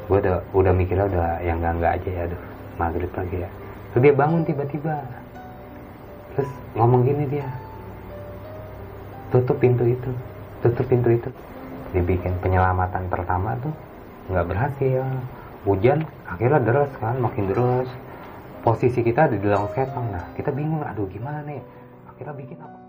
Gue udah mikirnya udah yang enggak aja ya, aduh maghrib lagi ya. Terus dia bangun tiba-tiba, terus ngomong gini dia, tutup pintu itu. Dibikin penyelamatan pertama tuh nggak berhasil, hujan akhirnya deras kan, makin deras. Posisi kita di dalam sketang, nah kita bingung, aduh gimana nih, akhirnya bikin apa.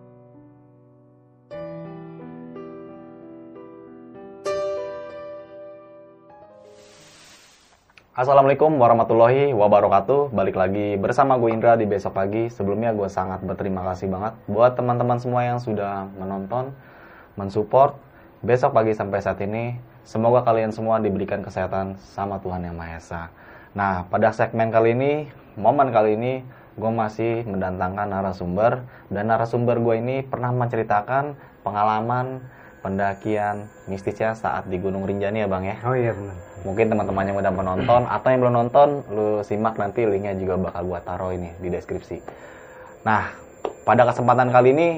Assalamualaikum warahmatullahi wabarakatuh. Balik lagi bersama gue Indra di Besok Pagi. Sebelumnya gue sangat berterima kasih banget buat teman-teman semua yang sudah menonton, mensupport Besok Pagi sampai saat ini. Semoga kalian semua diberikan kesehatan sama Tuhan Yang Maha Esa. Nah, pada segmen kali ini, momen kali ini, gue masih mendatangkan narasumber. Dan narasumber gue ini pernah menceritakan pengalaman pendakian mistisnya saat di Gunung Rinjani ya Bang ya? Oh iya benar. Mungkin teman-teman yang udah menonton atau yang belum nonton, lu simak nanti, linknya juga bakal gua taruh ini di deskripsi. Nah, pada kesempatan kali ini,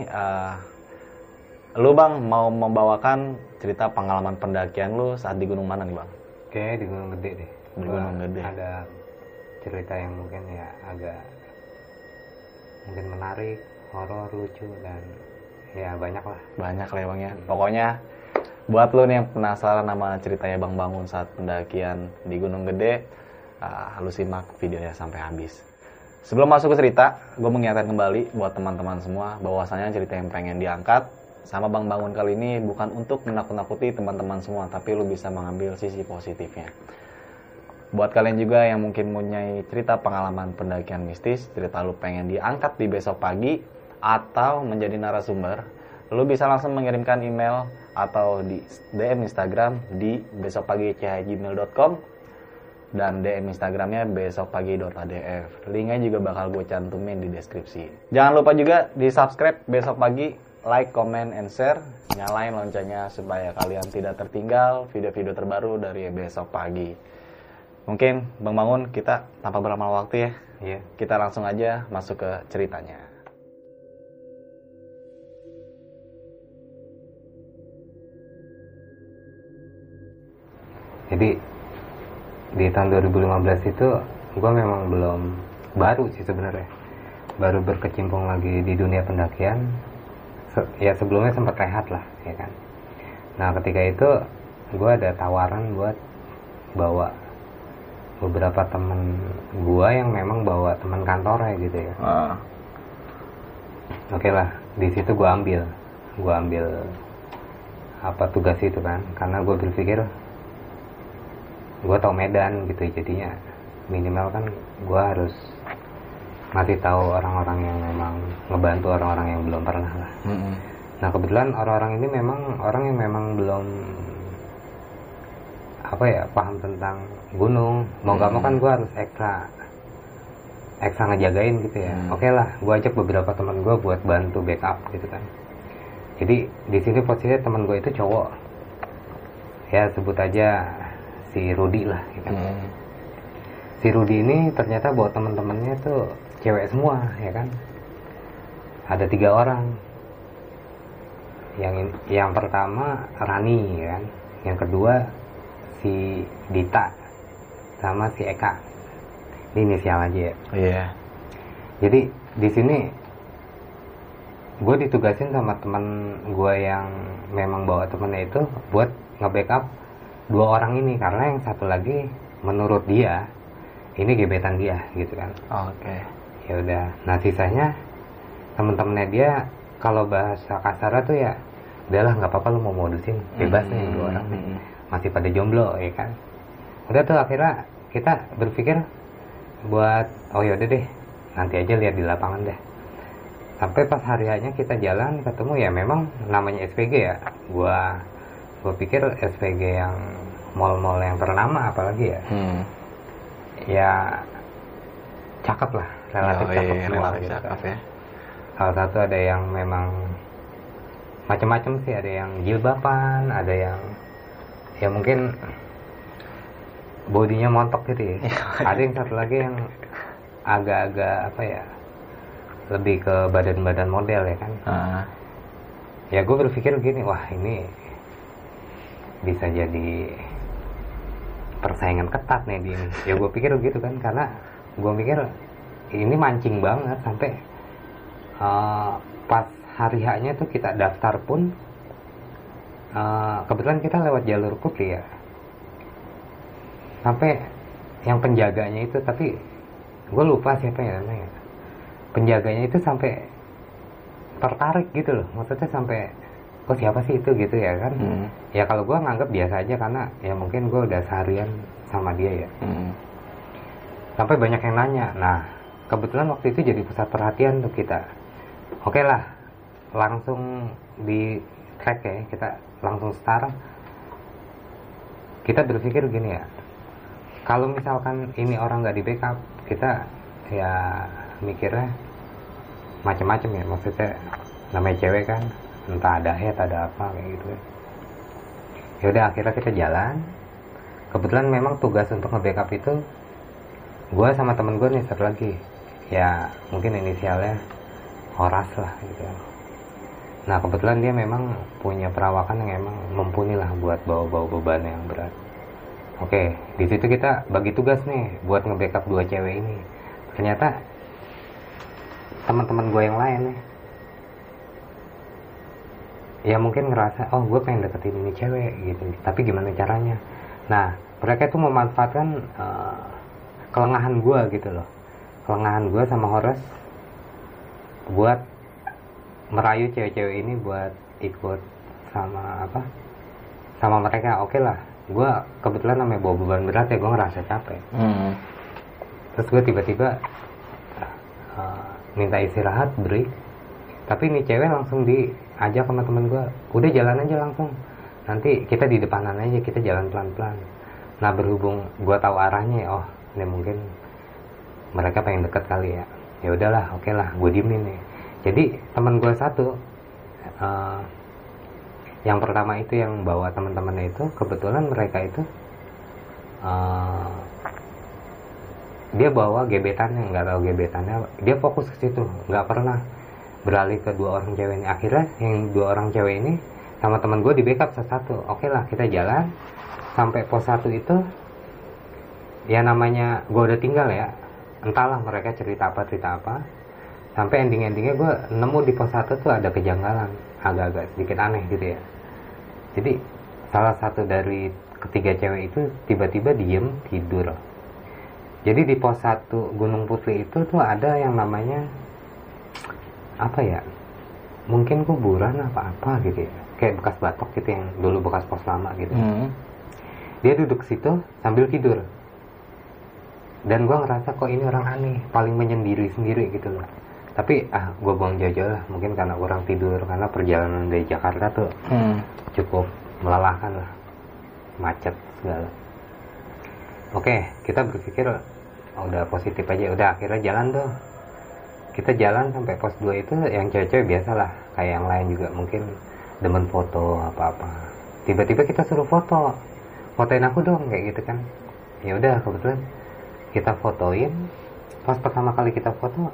lu Bang mau membawakan cerita pengalaman pendakian lu saat di gunung mana nih Bang? Oke, di Gunung Gede deh. Di Gunung Gede. Ada cerita yang mungkin ya agak mungkin menarik, horor, lucu, dan ya banyak lah. Banyak lah ya Bang ya. Pokoknya buat lu nih yang penasaran sama ceritanya Bang Bangun saat pendakian di Gunung Gede, lu simak videonya sampai habis. Sebelum masuk ke cerita, gue mengingatkan kembali buat teman-teman semua bahwasanya cerita yang pengen diangkat sama Bang Bangun kali ini bukan untuk menakut-nakuti teman-teman semua, tapi lu bisa mengambil sisi positifnya. Buat kalian juga yang mungkin punya cerita pengalaman pendakian mistis, cerita lu pengen diangkat di Besok Pagi atau menjadi narasumber, lu bisa langsung mengirimkan email atau di DM Instagram di besokpagi@gmail.com dan DM Instagramnya besokpagi.adf. Linknya juga bakal gue cantumin di deskripsi. Jangan lupa juga di subscribe Besok Pagi, like, comment, and share. Nyalain loncengnya supaya kalian tidak tertinggal video-video terbaru dari Besok Pagi. Mungkin Bang Bangun, kita tanpa berlama-lama waktu ya. Iya. Kita langsung aja masuk ke ceritanya. Jadi di tahun 2015 itu gue memang belum, baru sih sebenarnya, baru berkecimpung lagi di dunia pendakian. Ya sebelumnya sempat rehat lah ya kan. Nah ketika itu gue ada tawaran buat bawa beberapa temen gue yang memang bawa teman kantornya gitu ya. Oke lah, di situ gue ambil apa tugas itu kan, karena gue berpikir gue tau Medan gitu, jadinya minimal kan gue harus ngasih tahu orang-orang yang memang ngebantu orang-orang yang belum pernah lah. Nah kebetulan orang-orang ini memang orang yang memang belum apa ya, paham tentang gunung. Mau gak mau kan gue harus ekstra ngejagain gitu ya. Oke lah, gue ajak beberapa teman gue buat bantu backup gitu kan. Jadi di sini posisinya teman gue itu cowok, ya sebut aja si Rudi lah ya kan. Si Rudi ini ternyata bawa teman-temannya tuh cewek semua ya kan. Ada 3 orang. Yang pertama Rani ya kan. Yang kedua si Dita sama si Eka. Ini inisial aja ya. Iya. Jadi di sini gue ditugasin sama teman gue yang memang bawa temennya itu buat nge-backup 2 orang ini, karena yang satu lagi menurut dia ini gebetan dia gitu kan. Oke. Ya udah. Nah sisanya temen-temennya dia, kalau bahasa kasar tuh ya udahlah nggak apa-apa, lu mau modusin bebas nih 2 orang nih. Masih pada jomblo ya kan. Udah tuh akhirnya kita berpikir buat oh yaudah deh nanti aja lihat di lapangan deh. Sampai pas harinya kita jalan ketemu ya memang namanya SPG ya. Gue pikir SPG yang mall-mall yang ternama apalagi ya. Ya cakep lah, relatif cakep semua. Relatif gitu. cakep ya. Salah satu ada yang memang macam-macam sih, ada yang jilbaban, ada yang ya mungkin bodinya montok gitu ya. Ada yang satu lagi yang agak-agak apa ya, lebih ke badan-badan model ya kan. Ya gue berpikir gini, wah ini bisa jadi persaingan ketat nih di ini. Ya gue pikir gitu kan, karena gue mikir ini mancing banget sampai pas hari haknya tuh kita daftar pun kebetulan kita lewat jalur putri ya, sampai yang penjaganya itu, tapi gue lupa siapa ya namanya, penjaganya itu sampai tertarik gitu loh, maksudnya sampai kok siapa sih itu gitu ya kan. Ya kalau gue nganggap biasa aja karena ya mungkin gue udah seharian sama dia ya. Sampai banyak yang nanya. Nah kebetulan waktu itu jadi pusat perhatian tuh kita. Oke lah, langsung di track ya, kita langsung start. Kita berpikir gini ya, kalau misalkan ini orang nggak di backup, kita ya mikirnya macam-macam ya, maksudnya namanya cewek kan, entah ada head ada apa kayak gitu kan. Ya udah akhirnya kita jalan. Kebetulan memang tugas untuk nge-backup itu gue sama temen gue nih satu lagi, ya mungkin inisialnya Horas lah gitu. Nah kebetulan dia memang punya perawakan yang emang mumpuni lah buat bawa beban yang berat. Oke, di situ kita bagi tugas nih buat nge-backup 2 cewek ini. Ternyata teman-teman gue yang lain nih, ya mungkin ngerasa, oh gue pengen deketin ini cewek gitu, tapi gimana caranya? Nah mereka itu memanfaatkan kelengahan gue gitu loh, kelengahan gue sama Horas buat merayu cewek-cewek ini buat ikut sama apa, sama mereka. Oke lah, gue kebetulan namanya bawa beban berat ya, gue ngerasa capek. Terus gue tiba-tiba minta istirahat, break. Tapi nih cewek langsung diajak sama temen gue, udah jalan aja langsung, nanti kita di depanan aja, kita jalan pelan-pelan. Nah berhubung gue tahu arahnya, oh ini mungkin mereka pengen deket kali ya. Ya udahlah, oke lah, gue diemin nih. Jadi teman gue satu, yang pertama itu yang bawa teman-temannya itu, kebetulan mereka itu dia bawa gebetannya, nggak tahu gebetannya, dia fokus ke situ, nggak pernah beralih ke 2 orang cewek ini. Akhirnya yang 2 orang cewek ini sama teman gue di backup satu. Oke lah, kita jalan sampai pos 1 itu, ya namanya gue udah tinggal ya, entahlah mereka cerita apa, sampai endingnya gue nemu di pos 1 tuh ada kejanggalan, agak-agak sedikit aneh gitu ya. Jadi salah satu dari ketiga cewek itu tiba-tiba diem tidur. Jadi di pos 1 Gunung Putri itu tuh ada yang namanya apa ya, mungkin kuburan apa gitu ya, kayak bekas batok gitu yang dulu bekas pos lama gitu. Dia duduk situ sambil tidur, dan gue ngerasa kok ini orang aneh, paling menyendiri sendiri gitu loh. Tapi gue buang jauh-jauh lah, mungkin karena kurang tidur, karena perjalanan dari Jakarta tuh cukup melelahkan lah, macet segala. Oke, kita berpikir udah positif aja, udah akhirnya jalan tuh. Kita jalan sampai pos 2 itu, yang cewek-cewek biasa lah, kayak yang lain juga mungkin demen foto apa-apa. Tiba-tiba kita suruh fotoin aku dong kayak gitu kan. Ya udah, kebetulan kita fotoin. Pas pertama kali kita foto,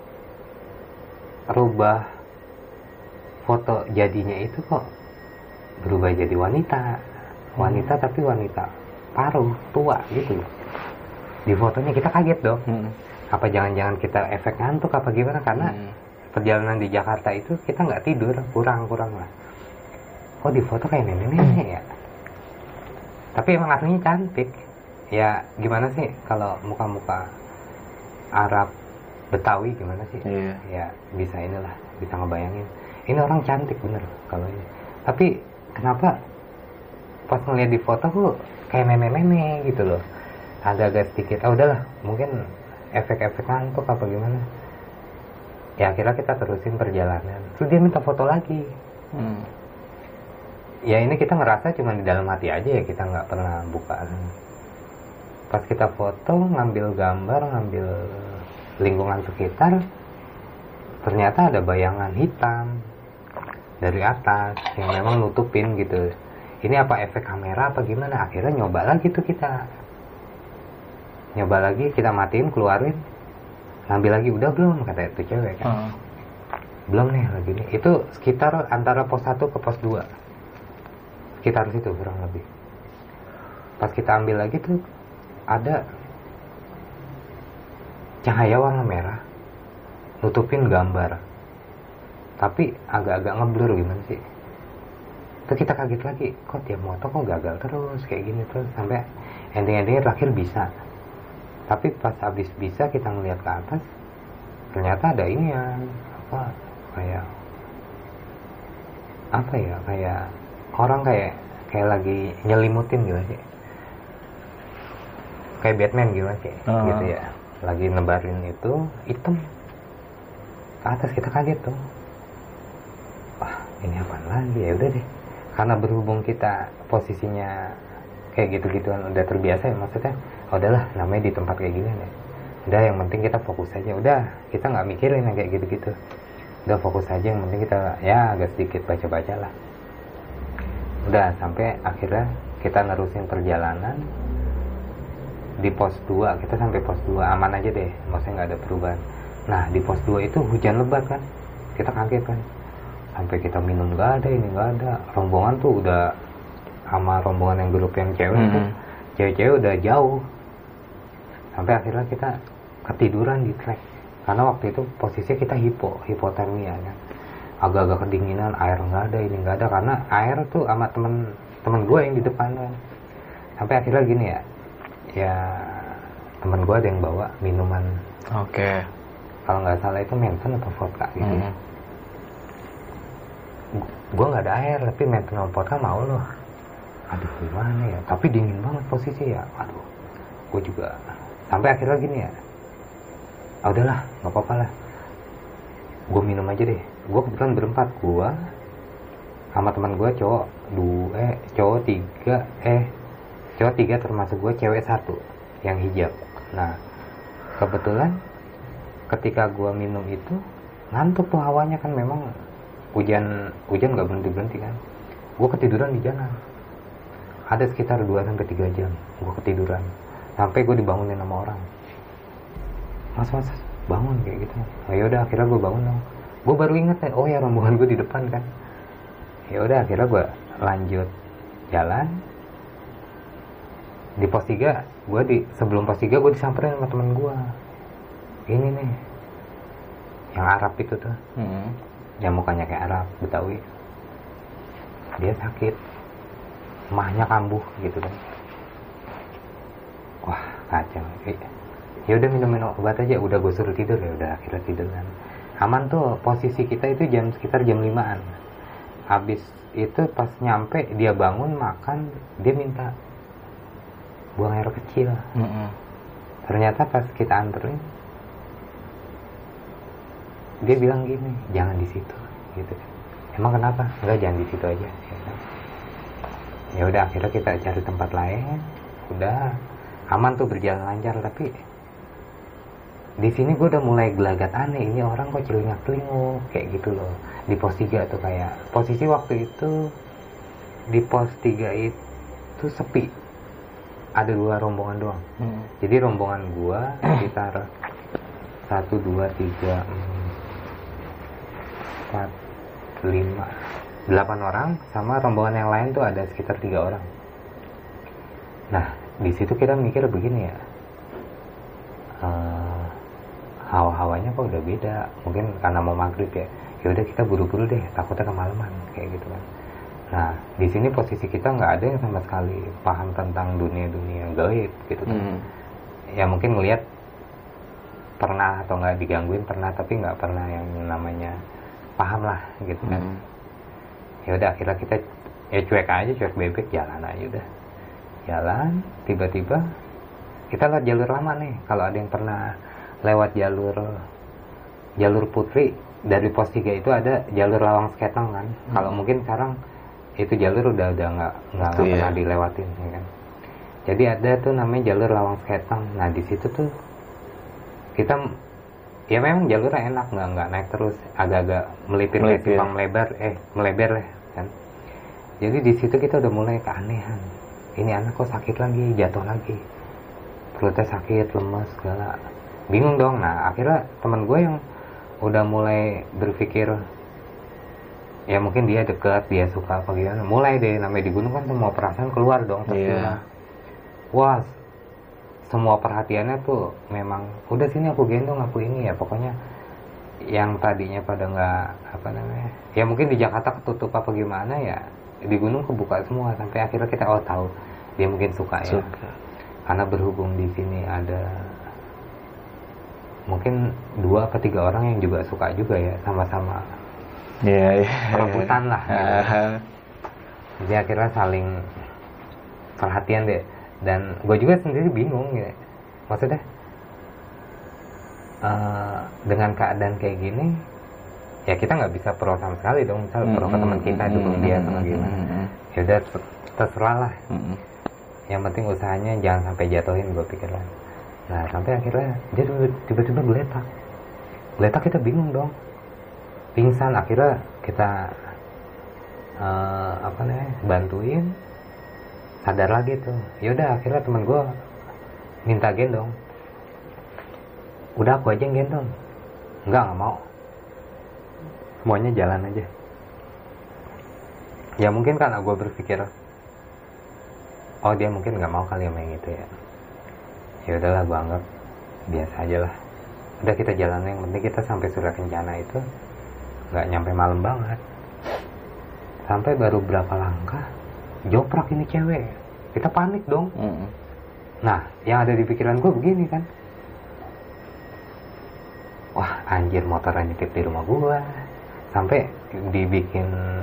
rubah foto jadinya itu kok berubah jadi wanita, tapi wanita paruh tua gitu. Di fotonya kita kaget dong. Apa jangan-jangan kita efek ngantuk apa gimana, karena perjalanan di Jakarta itu kita nggak tidur, kurang lah. Oh di foto kayak nenek-nenek ya, tapi emang aslinya cantik ya. Gimana sih kalau muka-muka Arab Betawi gimana sih? Ya bisa inilah, bisa ngebayangin ini orang cantik bener kalau ini. Tapi kenapa pas ngeliat di foto kok kayak nenek-nenek gitu loh, agak-agak sedikit. Udahlah, mungkin efek-efek ngantuk apa gimana. Ya akhirnya kita terusin perjalanan. Terus dia minta foto lagi. Ya ini kita ngerasa cuma di dalam hati aja ya, kita nggak pernah buka. Pas kita foto, ngambil gambar, ngambil lingkungan sekitar, ternyata ada bayangan hitam dari atas yang memang nutupin gitu. Ini apa efek kamera apa gimana? Akhirnya nyoba lagi tuh kita. Nyoba lagi, kita matiin, keluarin, ngambil lagi, udah belum? Kata itu cewek kan. Belum nih lagi nih. Itu sekitar antara pos 1 ke pos 2. Sekitar situ kurang lebih. Pas kita ambil lagi tuh ada cahaya warna merah nutupin gambar, tapi agak-agak ngeblur gimana sih. Terus kita kaget lagi, kok tiap moto kok gagal terus kayak gini terus, sampai ending-endingnya terakhir bisa. Tapi pas habis bisa kita ngeliat ke atas, ternyata ada ini yang kayak orang kayak lagi nyelimutin gitu sih, kayak Batman gitu sih, gitu ya, lagi nebarin itu hitam ke atas. Kita kaget tuh, wah ini apaan lagi. Ya udah deh, karena berhubung kita posisinya kayak gitu-gituan udah terbiasa ya, maksudnya udahlah namanya di tempat kayak gini ya, udah yang penting kita fokus aja, udah kita nggak mikirin yang kayak gitu-gitu, udah fokus aja, yang penting kita ya agak sedikit baca-baca lah. Udah sampai akhirnya kita nerusin perjalanan di pos 2. Kita sampai pos 2 aman aja deh, maksudnya nggak ada perubahan. Nah di pos 2 itu hujan lebat kan, kita kaget kan, sampai kita minum nggak ada, ini nggak ada. Rombongan tuh udah sama rombongan yang grup yang cewek tuh, cewek-cewek udah jauh. Sampai akhirnya kita ketiduran di trek, karena waktu itu posisi kita hipotermia kan, agak-agak kedinginan, air nggak ada, ini nggak ada, karena air tuh sama temen gue yang di depan kan. Sampai akhirnya gini ya temen gue ada yang bawa minuman, kalau nggak salah itu Manson atau vodka gitu ya. Gue nggak ada air, tapi Manson atau vodka mau loh. Aduh gimana ya, tapi dingin banget posisi ya, aduh gue juga. Sampai akhirnya gini ya, udahlah nggak apa-apa lah, gue minum aja deh. Gue kebetulan berempat, gue sama teman gue cowok tiga termasuk gue cewek 1 yang hijab. Nah kebetulan ketika gue minum itu ngantuk tuh, hawanya kan memang hujan nggak berhenti kan. Gue ketiduran di jalan, ada sekitar 2-3 jam gue ketiduran, sampai gue dibangunin sama orang, mas bangun kayak gitu. Ya udah akhirnya gue bangun dong. Gue baru inget oh ya rombongan gue di depan kan. Ya udah akhirnya gue lanjut jalan. Di pos 3 sebelum pos 3 gue disamperin sama temen gue, ini nih yang Arab itu tuh, yang mukanya kayak Arab Betawi, dia sakit, emahnya kambuh gitu kan. Wah kacau. Ya udah minum obat aja, udah gue suruh tidur. Ya udah akhirnya tidur kan, aman tuh. Posisi kita itu sekitar jam 5-an. Habis itu pas nyampe dia bangun makan, dia minta buang air kecil. Ternyata pas kita anterin, dia bilang gini, jangan di situ gitu. Emang kenapa? Enggak, jangan di situ aja. Ya udah akhirnya kita cari tempat lain. Udah aman tuh, berjalan lancar. Tapi di sini gue udah mulai gelagat aneh, ini orang kok celingak-celinguk kayak gitu loh. Di pos 3 tuh kayak posisi waktu itu di pos 3 itu sepi, ada 2 rombongan doang. Jadi rombongan gue sekitar 1, 2, 3, 4, 5, 8 orang, sama rombongan yang lain tuh ada sekitar 3 orang. Nah di situ kita mikir begini ya, hawa-hawanya kok udah beda, mungkin karena mau maghrib ya. Ya udah kita buru-buru deh, takutnya kemalaman kayak gitu kan. Nah di sini posisi kita nggak ada yang sama sekali paham tentang dunia gaib gitu kan. Ya mungkin ngelihat pernah atau nggak digangguin pernah, tapi nggak pernah yang namanya paham lah gitu kan. Ya udah akhirnya kita cuek bebek, jalan aja udah. Jalan, tiba-tiba kita lewat jalur lama nih. Kalau ada yang pernah lewat jalur Putri dari pos 3 itu ada jalur Lawang Seketeng kan. Kalau mungkin sekarang itu jalur udah nggak pernah dilewatin ya kan. Jadi ada tuh namanya jalur Lawang Seketeng. Nah di situ tuh kita ya memang jalurnya enak, nggak naik terus, agak-agak melipir. Melebar lah kan. Jadi di situ kita udah mulai keanehan, ini anak kok sakit lagi, jatuh lagi, perutnya sakit, lemas segala, bingung dong. Nah akhirnya teman gue yang udah mulai berpikir ya mungkin dia dekat, dia suka apa gimana, mulai deh, namanya di gunung kan semua perasaan keluar dong pasti. wah semua perhatiannya tuh memang udah sini aku gendong aku ini ya, pokoknya yang tadinya pada nggak apa namanya ya mungkin di Jakarta ketutup apa gimana ya, di gunung kebuka semua sampai akhirnya kita tahu dia mungkin suka ya, karena berhubung di sini ada mungkin 2 atau 3 orang yang juga suka juga ya, sama-sama perebutan lah gitu. Jadi akhirnya saling perhatian deh, dan gue juga sendiri bingung gitu, maksudnya dengan keadaan kayak gini ya kita nggak bisa pro sama sekali dong, misal pro ke teman kita dukung dia atau gimana, ya udah terserah lah, yang penting usahanya jangan sampai jatuhin, gue pikir lah. Nah sampai akhirnya dia tiba-tiba geletak kita bingung dong, pingsan, akhirnya kita bantuin sadar lagi tuh, ya udah akhirnya teman gue minta gendong, udah aku aja yang gendong, nggak mau, semuanya jalan aja. Ya mungkin karena gue berpikir oh dia mungkin nggak mau kali sama yang itu ya, ya udahlah gue anggap biasa aja lah, udah kita jalan, yang penting kita sampai Surya Kencana itu nggak nyampe malam banget, sampai baru berapa langkah joprak ini cewek, kita panik dong. Nah yang ada di pikiran gue begini kan, wah anjir motornya nitip di rumah gua, sampai dibikin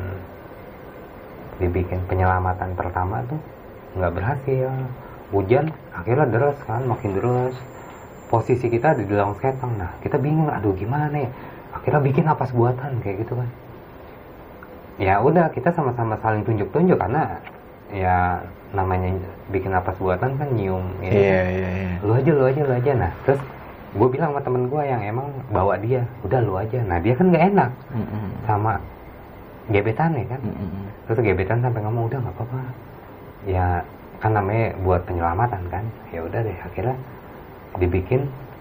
penyelamatan pertama tuh nggak berhasil, hujan akhirnya deras kan, makin deras, posisi kita di dalam sketang. Nah kita bingung, aduh gimana ya, akhirnya bikin napas buatan kayak gitu kan. Ya udah kita sama-sama saling tunjuk-tunjuk, karena ya namanya bikin napas buatan kan nyium ya. Lu aja. Nah terus gue bilang sama temen gue yang emang bawa dia, udah lu aja. Nah dia kan nggak enak sama gebetannya kan, terus gebetan sampai ngomong udah nggak apa-apa ya, kan namanya buat penyelamatan kan. Ya udah deh akhirnya dibikin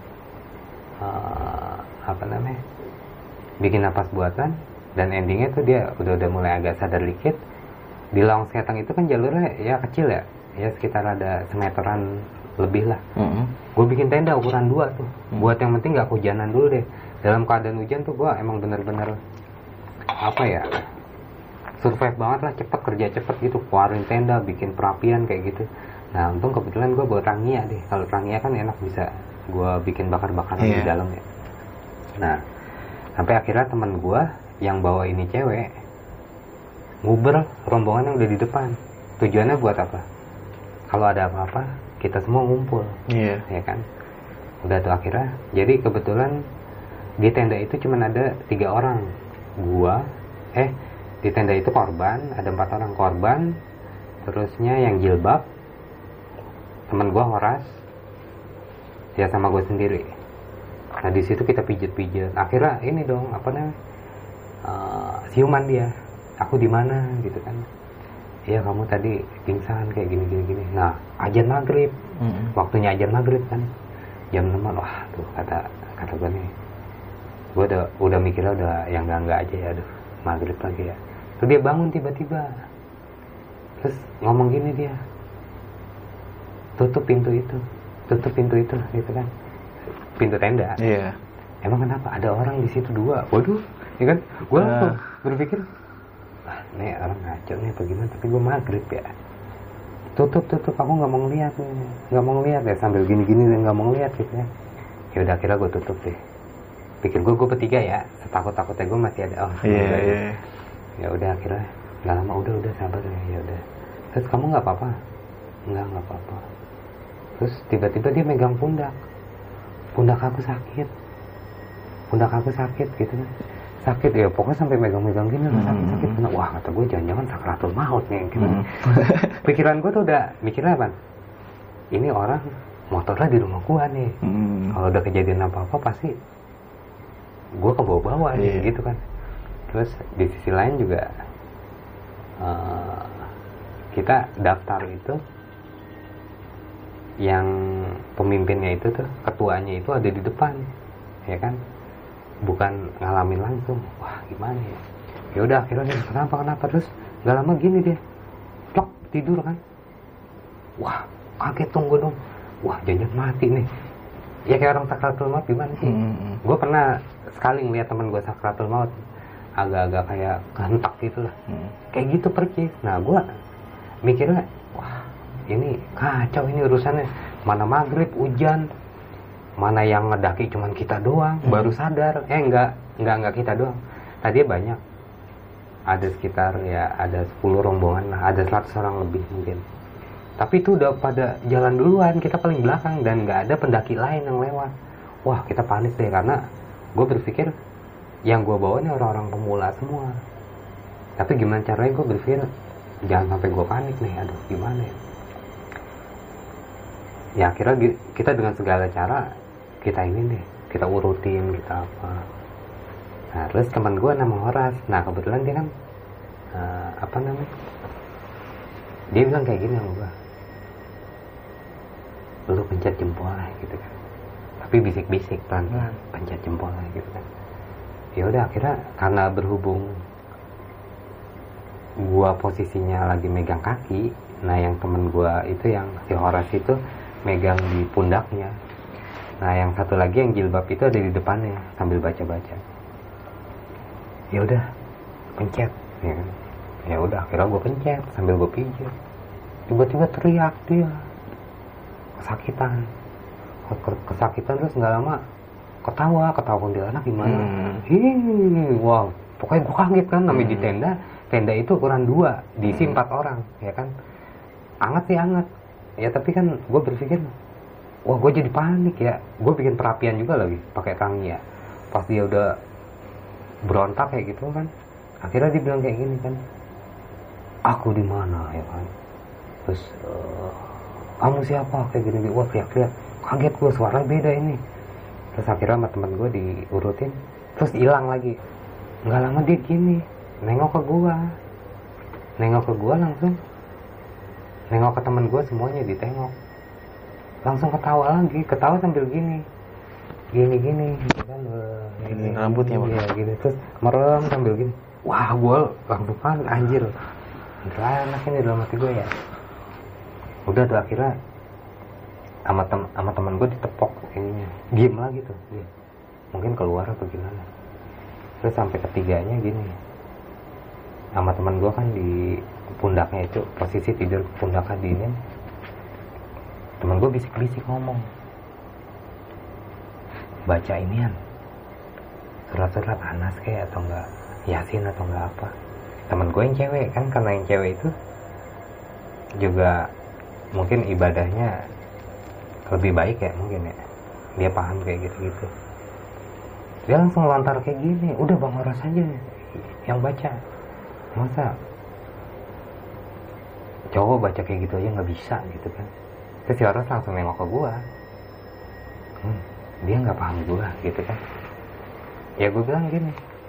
bikin napas buatan, dan endingnya tuh dia udah mulai agak sadar dikit. Di Lawang Seketang itu kan jalurnya ya kecil ya sekitar ada semeteran lebih lah. Gue bikin tenda ukuran 2 tuh, buat yang penting nggak kehujanan dulu deh. Dalam keadaan hujan tuh gue emang bener-bener survive banget lah, kerja cepet gitu, keluarin tenda, bikin perapian kayak gitu. Nah untung kebetulan gue bawa Tamiya deh, kalau Tamiya kan enak bisa gue bikin bakar-bakaran di dalam ya. Nah sampai akhirnya teman gue yang bawa ini cewek nguber rombongan yang udah di depan. Tujuannya buat apa? Kalau ada apa-apa kita semua ngumpul, ya kan. Udah tuh akhirnya, jadi kebetulan di tenda itu cuman ada 3 orang. Di tenda itu korban, ada 4 orang korban, terusnya yang jilbab, teman gua Horas, ya sama gue sendiri. Nah di situ kita pijet-pijet, akhirnya ini dong siuman dia, aku di mana gitu kan. Iya kamu tadi pingsan kayak gini. Nah azan maghrib, waktunya azan maghrib kan, jam 6. Wah tuh kata gue nih, gue udah mikirnya udah yang enggak aja ya, aduh maghrib lagi ya. Terus dia bangun tiba-tiba, terus ngomong gini dia, tutup pintu itu gitu kan, pintu tenda. Emang kenapa? Ada orang di situ 2. Waduh, ya kan? Gue berpikir, nih orang ngaco nih apa gimana, tapi gue maghrib ya. Tutup, aku nggak mau ngeliat ya, sambil gini dan nggak mau ngeliat gitu ya. Ya udah akhirnya gue tutup deh. Pikir gue bertiga ya, setakut-takutnya gue masih ada. Ya udah akhirnya nggak lama udah sabar ya udah. Terus kamu nggak apa-apa? Nggak apa-apa. Terus tiba-tiba dia megang pundak aku sakit gitu kan. Sakit ya pokoknya sampai megang-megang gini lah, sakit. Wah kata gue jangan-jangan sakratul maut nih gitu. Pikiran gue tuh udah mikirnya apa? Ini orang motornya di rumah gue nih. Kalau udah kejadian apa-apa pasti gue kebawa-bawa nih gitu kan. Terus di sisi lain juga kita daftar itu, yang pemimpinnya itu tuh, ketuanya itu ada di depan ya kan, bukan ngalamin langsung. Wah gimana ya, ya udah akhirnya kenapa terus nggak lama gini dia cok tidur kan. Wah kaget dong gue dong, wah jangan mati nih. Ya kayak orang sakratul maut gimana sih? Gue pernah sekali ngeliat teman gue sakratul maut, agak-agak kayak kehentak gitu lah, kayak gitu percis. Nah gue mikirnya, wah ini kacau ini urusannya, mana maghrib hujan, mana yang ngedaki cuman kita doang, baru sadar, enggak kita doang, tadi banyak, ada sekitar ya ada 10 rombongan lah, ada 100 orang lebih mungkin. Tapi itu udah pada jalan duluan, kita paling belakang dan nggak ada pendaki lain yang lewat. Wah kita panik deh, karena gue berpikir yang gue bawa ini orang-orang pemula semua. Tapi gimana caranya, gue berpikir jangan sampai gue panik nih, aduh gimana ya. Ya akhirnya kita dengan segala cara kita ini deh, kita urutin, kita apa. Nah terus teman gue nama Horas, nah kebetulan dia kan dia bilang kayak gini sama gue, lu pencet jempolnya gitu kan, tapi bisik-bisik pelan-pelan, pencet jempolnya gitu kan. Ya udah akhirnya karena berhubung gua posisinya lagi megang kaki, nah yang temen gua itu yang si Horas itu megang di pundaknya, nah yang satu lagi yang jilbab itu ada di depannya sambil baca-baca. Ya udah pencet ya kan. Ya udah akhirnya gua pencet sambil gua pijat, tiba-tiba teriak dia kesakitan terus nggak lama ketawa kuntilanak gimana. Wow pokoknya gue kaget kan, namanya di tenda itu ukuran 2 diisi 4 orang ya kan, anget ya, tapi kan gue berpikir wah gue jadi panik ya, gue bikin perapian juga lagi pakai tangga. Pas dia udah berontak kayak gitu kan, akhirnya dia bilang kayak gini kan, aku di mana ya kan, terus kamu siapa kayak gini, wah teriak-teriak, kaget gue, suara beda ini. Terus akhirnya sama teman gue diurutin, terus hilang lagi. Nggak lama dia gini, nengok ke gue langsung, nengok ke teman gue, semuanya ditengok, langsung ketawa sambil gini kan, ini rambutnya ya gini, terus merem sambil gini. Wah gue langsung panik, anjir, anak ini dalam hati gue ya. Udah tuh akhirnya sama teman gue ditepok ininya, diem lagi tuh dia, mungkin keluar atau gimana. Terus sampai ketiganya gini, sama teman gue kan di pundaknya itu, posisi tidur pundaknya diinin, teman gue bisik-bisik ngomong, baca inian surat-surat Anas kayak atau enggak Yasin atau enggak apa. Teman gue yang cewek kan, karena yang cewek itu juga mungkin ibadahnya lebih baik ya, mungkin ya, dia paham kayak gitu-gitu. Dia langsung lontar kayak gini, udah Bang Horas aja yang baca, masa cowok baca kayak gitu aja nggak bisa gitu kan. Terus si Horas langsung nengok ke gua, dia nggak paham gua gitu kan. Ya gue bilang gini,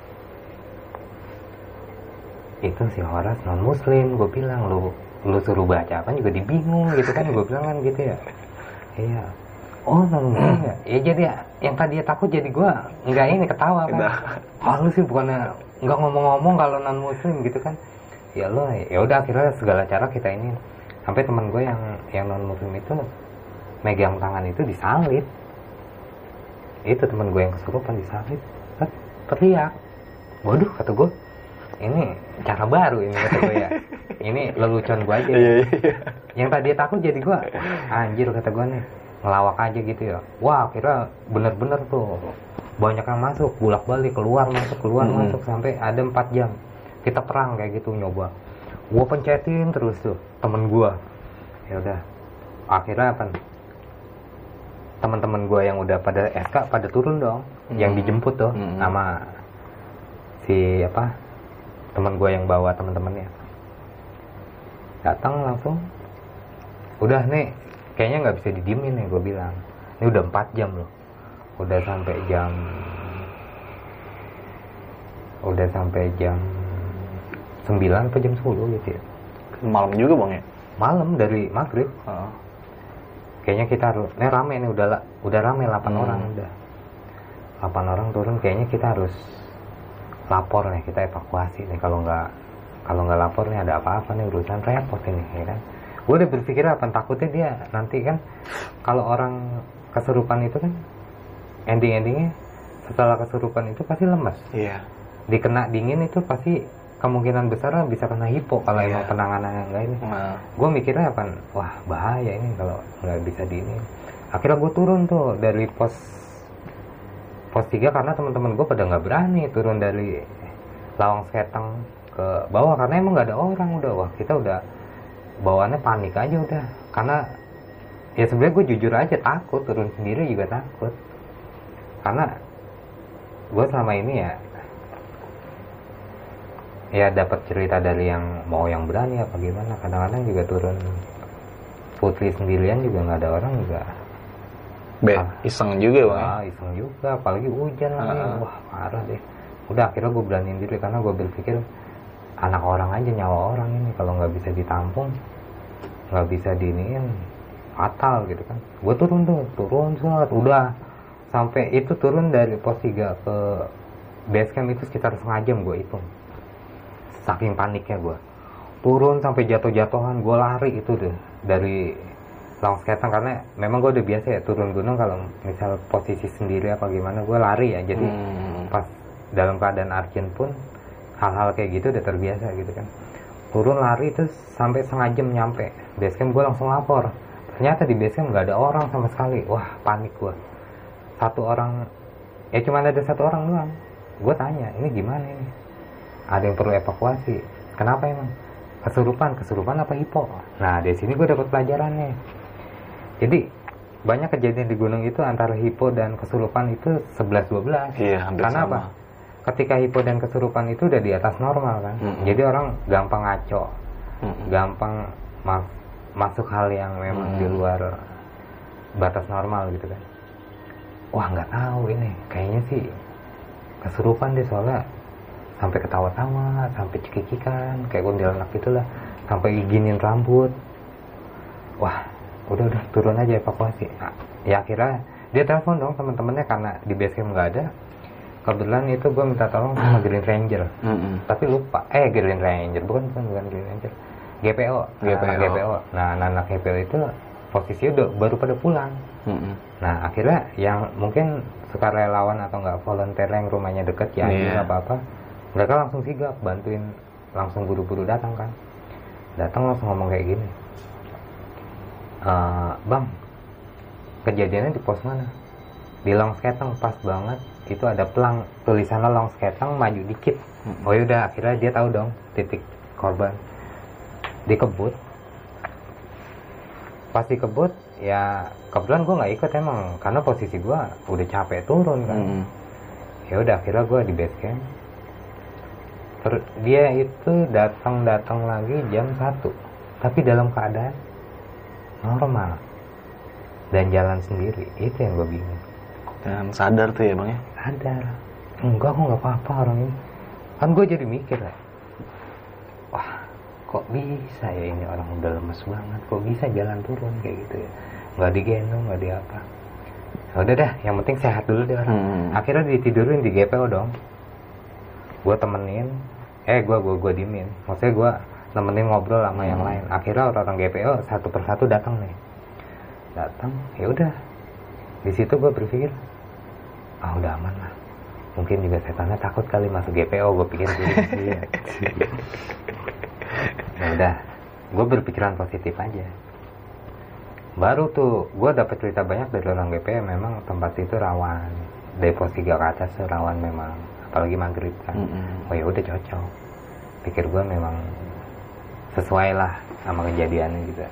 itu si Horas non muslim, gue bilang lu suruh baca apa juga dibingung gitu kan, gue bilang kan gitu ya. Iya. Oh non muslim ya. Ya jadi yang tadi takut jadi gue nggak ini ketawa kan. Lu sih bukannya nggak ngomong-ngomong kalau non muslim gitu kan. Ya lo ya udah akhirnya segala cara kita ini, sampai teman gue yang non muslim itu megang tangan itu disalib. Itu teman gue yang kesurupan disalib. Teriak. Waduh kata gue, ini cara baru ini kata gue ya. Ini lelucon gue aja. Yang tadi takut jadi gue, anjir kata gue nih, ngelawak aja gitu ya. Wah akhirnya bener-bener tuh banyak yang masuk, bolak-balik, keluar masuk sampai ada 4 jam kita perang kayak gitu, nyoba. Gue pencetin terus tuh temen gue. Ya udah, akhirnya apa? Teman-teman gue yang udah pada SK pada turun dong, yang dijemput tuh sama si apa? Teman gue yang bawa teman-temannya. Datang langsung, udah nih kayaknya nggak bisa didiemin nih, gue bilang ini udah 4 jam loh, udah sampai jam 9 atau jam 10 gitu ya. Malam juga Bang ya? Malam dari maghrib. Kayaknya kita harus, ini rame nih, udah rame 8 orang udah. 8 orang turun, kayaknya kita harus lapor nih, kita evakuasi nih, kalau nggak lapor nih ada apa-apa nih, urusan repot ini ya kan. gue udah berpikir apa takutnya dia nanti kan kalau orang kesurupan itu kan endingnya setelah kesurupan itu pasti lemas. Iya. Dikena dingin itu pasti kemungkinan besar bisa kena hipo kalau emang penanganan yang lain. Gue mikirnya apa? Wah bahaya ini kalau nggak bisa di ini. Akhirnya gue turun tuh dari pos 3 karena teman-teman gue pada nggak berani turun dari Lawang Seketeng ke bawah karena emang nggak ada orang. Udah wah kita udah bawaannya panik aja udah karena ya sebenarnya gue jujur aja takut turun sendiri juga takut karena gue selama ini ya dapat cerita dari yang mau yang berani apa gimana, kadang-kadang juga turun putri sendirian juga nggak ada orang juga iseng juga bang. Iseng juga apalagi hujan lagi. Wah parah deh. Udah akhirnya gue beraniin diri karena gue berpikir anak orang aja, nyawa orang ini kalau nggak bisa ditampung, nggak bisa diiniin, fatal gitu kan. Gue turun banget udah sampai itu turun dari pos 3 ke base camp itu sekitar setengah jam gue hitung. Saking paniknya gue turun sampai jatuh-jatuhan, gue lari itu deh dari Lawang Seketeng karena memang gue udah biasa ya turun gunung kalau misal posisi sendiri apa gimana gue lari ya. Jadi pas dalam keadaan urgent pun hal-hal kayak gitu udah terbiasa gitu kan. Turun lari terus sampai setengah jam nyampe base camp, gue langsung lapor. Ternyata di base camp nggak ada orang sama sekali. Wah panik gue. Cuma ada satu orang doang. Gue tanya ini gimana ini, ada yang perlu evakuasi. Kenapa emang? Kesurupan apa hipo? Nah dari sini gue dapat pelajarannya. Jadi banyak kejadian di gunung itu antara hipo dan kesurupan itu 11-12. Iya, hampir karena sama. apa? Ketika hipo dan kesurupan itu udah di atas normal kan. Jadi orang gampang ngaco, gampang masuk hal yang memang di luar batas normal gitu kan. Wah nggak tahu ini, kayaknya sih kesurupan deh soalnya sampai ketawa-tawa, sampai cekikikan kayak kuntilanak gitulah, sampai giniin rambut. Wah udah turun aja evakuasi. Nah, ya akhirnya dia telepon dong teman-temannya karena di base camp nggak ada. Kebetulan itu gue minta tolong sama Green Ranger, tapi lupa. Green Ranger bukan Green Ranger, GPO. Nah anak GPO itu posisinya udah baru pada pulang. Nah akhirnya yang mungkin sukarelawan atau nggak volunteer yang rumahnya deket ya nggak apa-apa, mereka langsung sigap bantuin, langsung buru-buru datang kan. Datang langsung ngomong kayak gini, bang kejadiannya di pos mana? Di Lawang Seketeng, pas banget itu ada pelang tulisannya Lawang Seketeng, maju dikit. Oh yaudah akhirnya dia tahu dong titik korban di Kebut. Pas di Kebut ya kebetulan gue nggak ikut emang karena posisi gue udah capek turun kan. Ya udah akhirnya gue di base camp. Dia itu datang lagi jam 1 tapi dalam keadaan normal dan jalan sendiri. Itu yang gue bingung. Dan sadar tuh ya bang ya? Sadar. Enggak, kok nggak apa-apa orang ini. Kan gue jadi mikir ya, wah kok bisa ya ini orang udah lemes banget, kok bisa jalan turun kayak gitu ya, nggak digendong, nggak di apa. Udah dah, yang penting sehat dulu deh orang. Akhirnya ditidurin di GPO dong. Gue temenin, gue diemin. Maksudnya gue nemenin ngobrol sama yang lain. Akhirnya orang GPO satu persatu datang nih. Datang, ya udah. Di situ gue berpikir, udah aman lah. Mungkin juga setannya takut kali masuk GPO, gue pikir gitu. Ya udah, gue berpikiran positif aja. Baru tuh gue dapet cerita banyak dari orang GPO, memang tempat itu rawan. Dari pos 3 ke atas rawan memang, apalagi maghrib kan. Oh ya udah cocok. Pikir gue memang sesuai lah sama kejadiannya juga.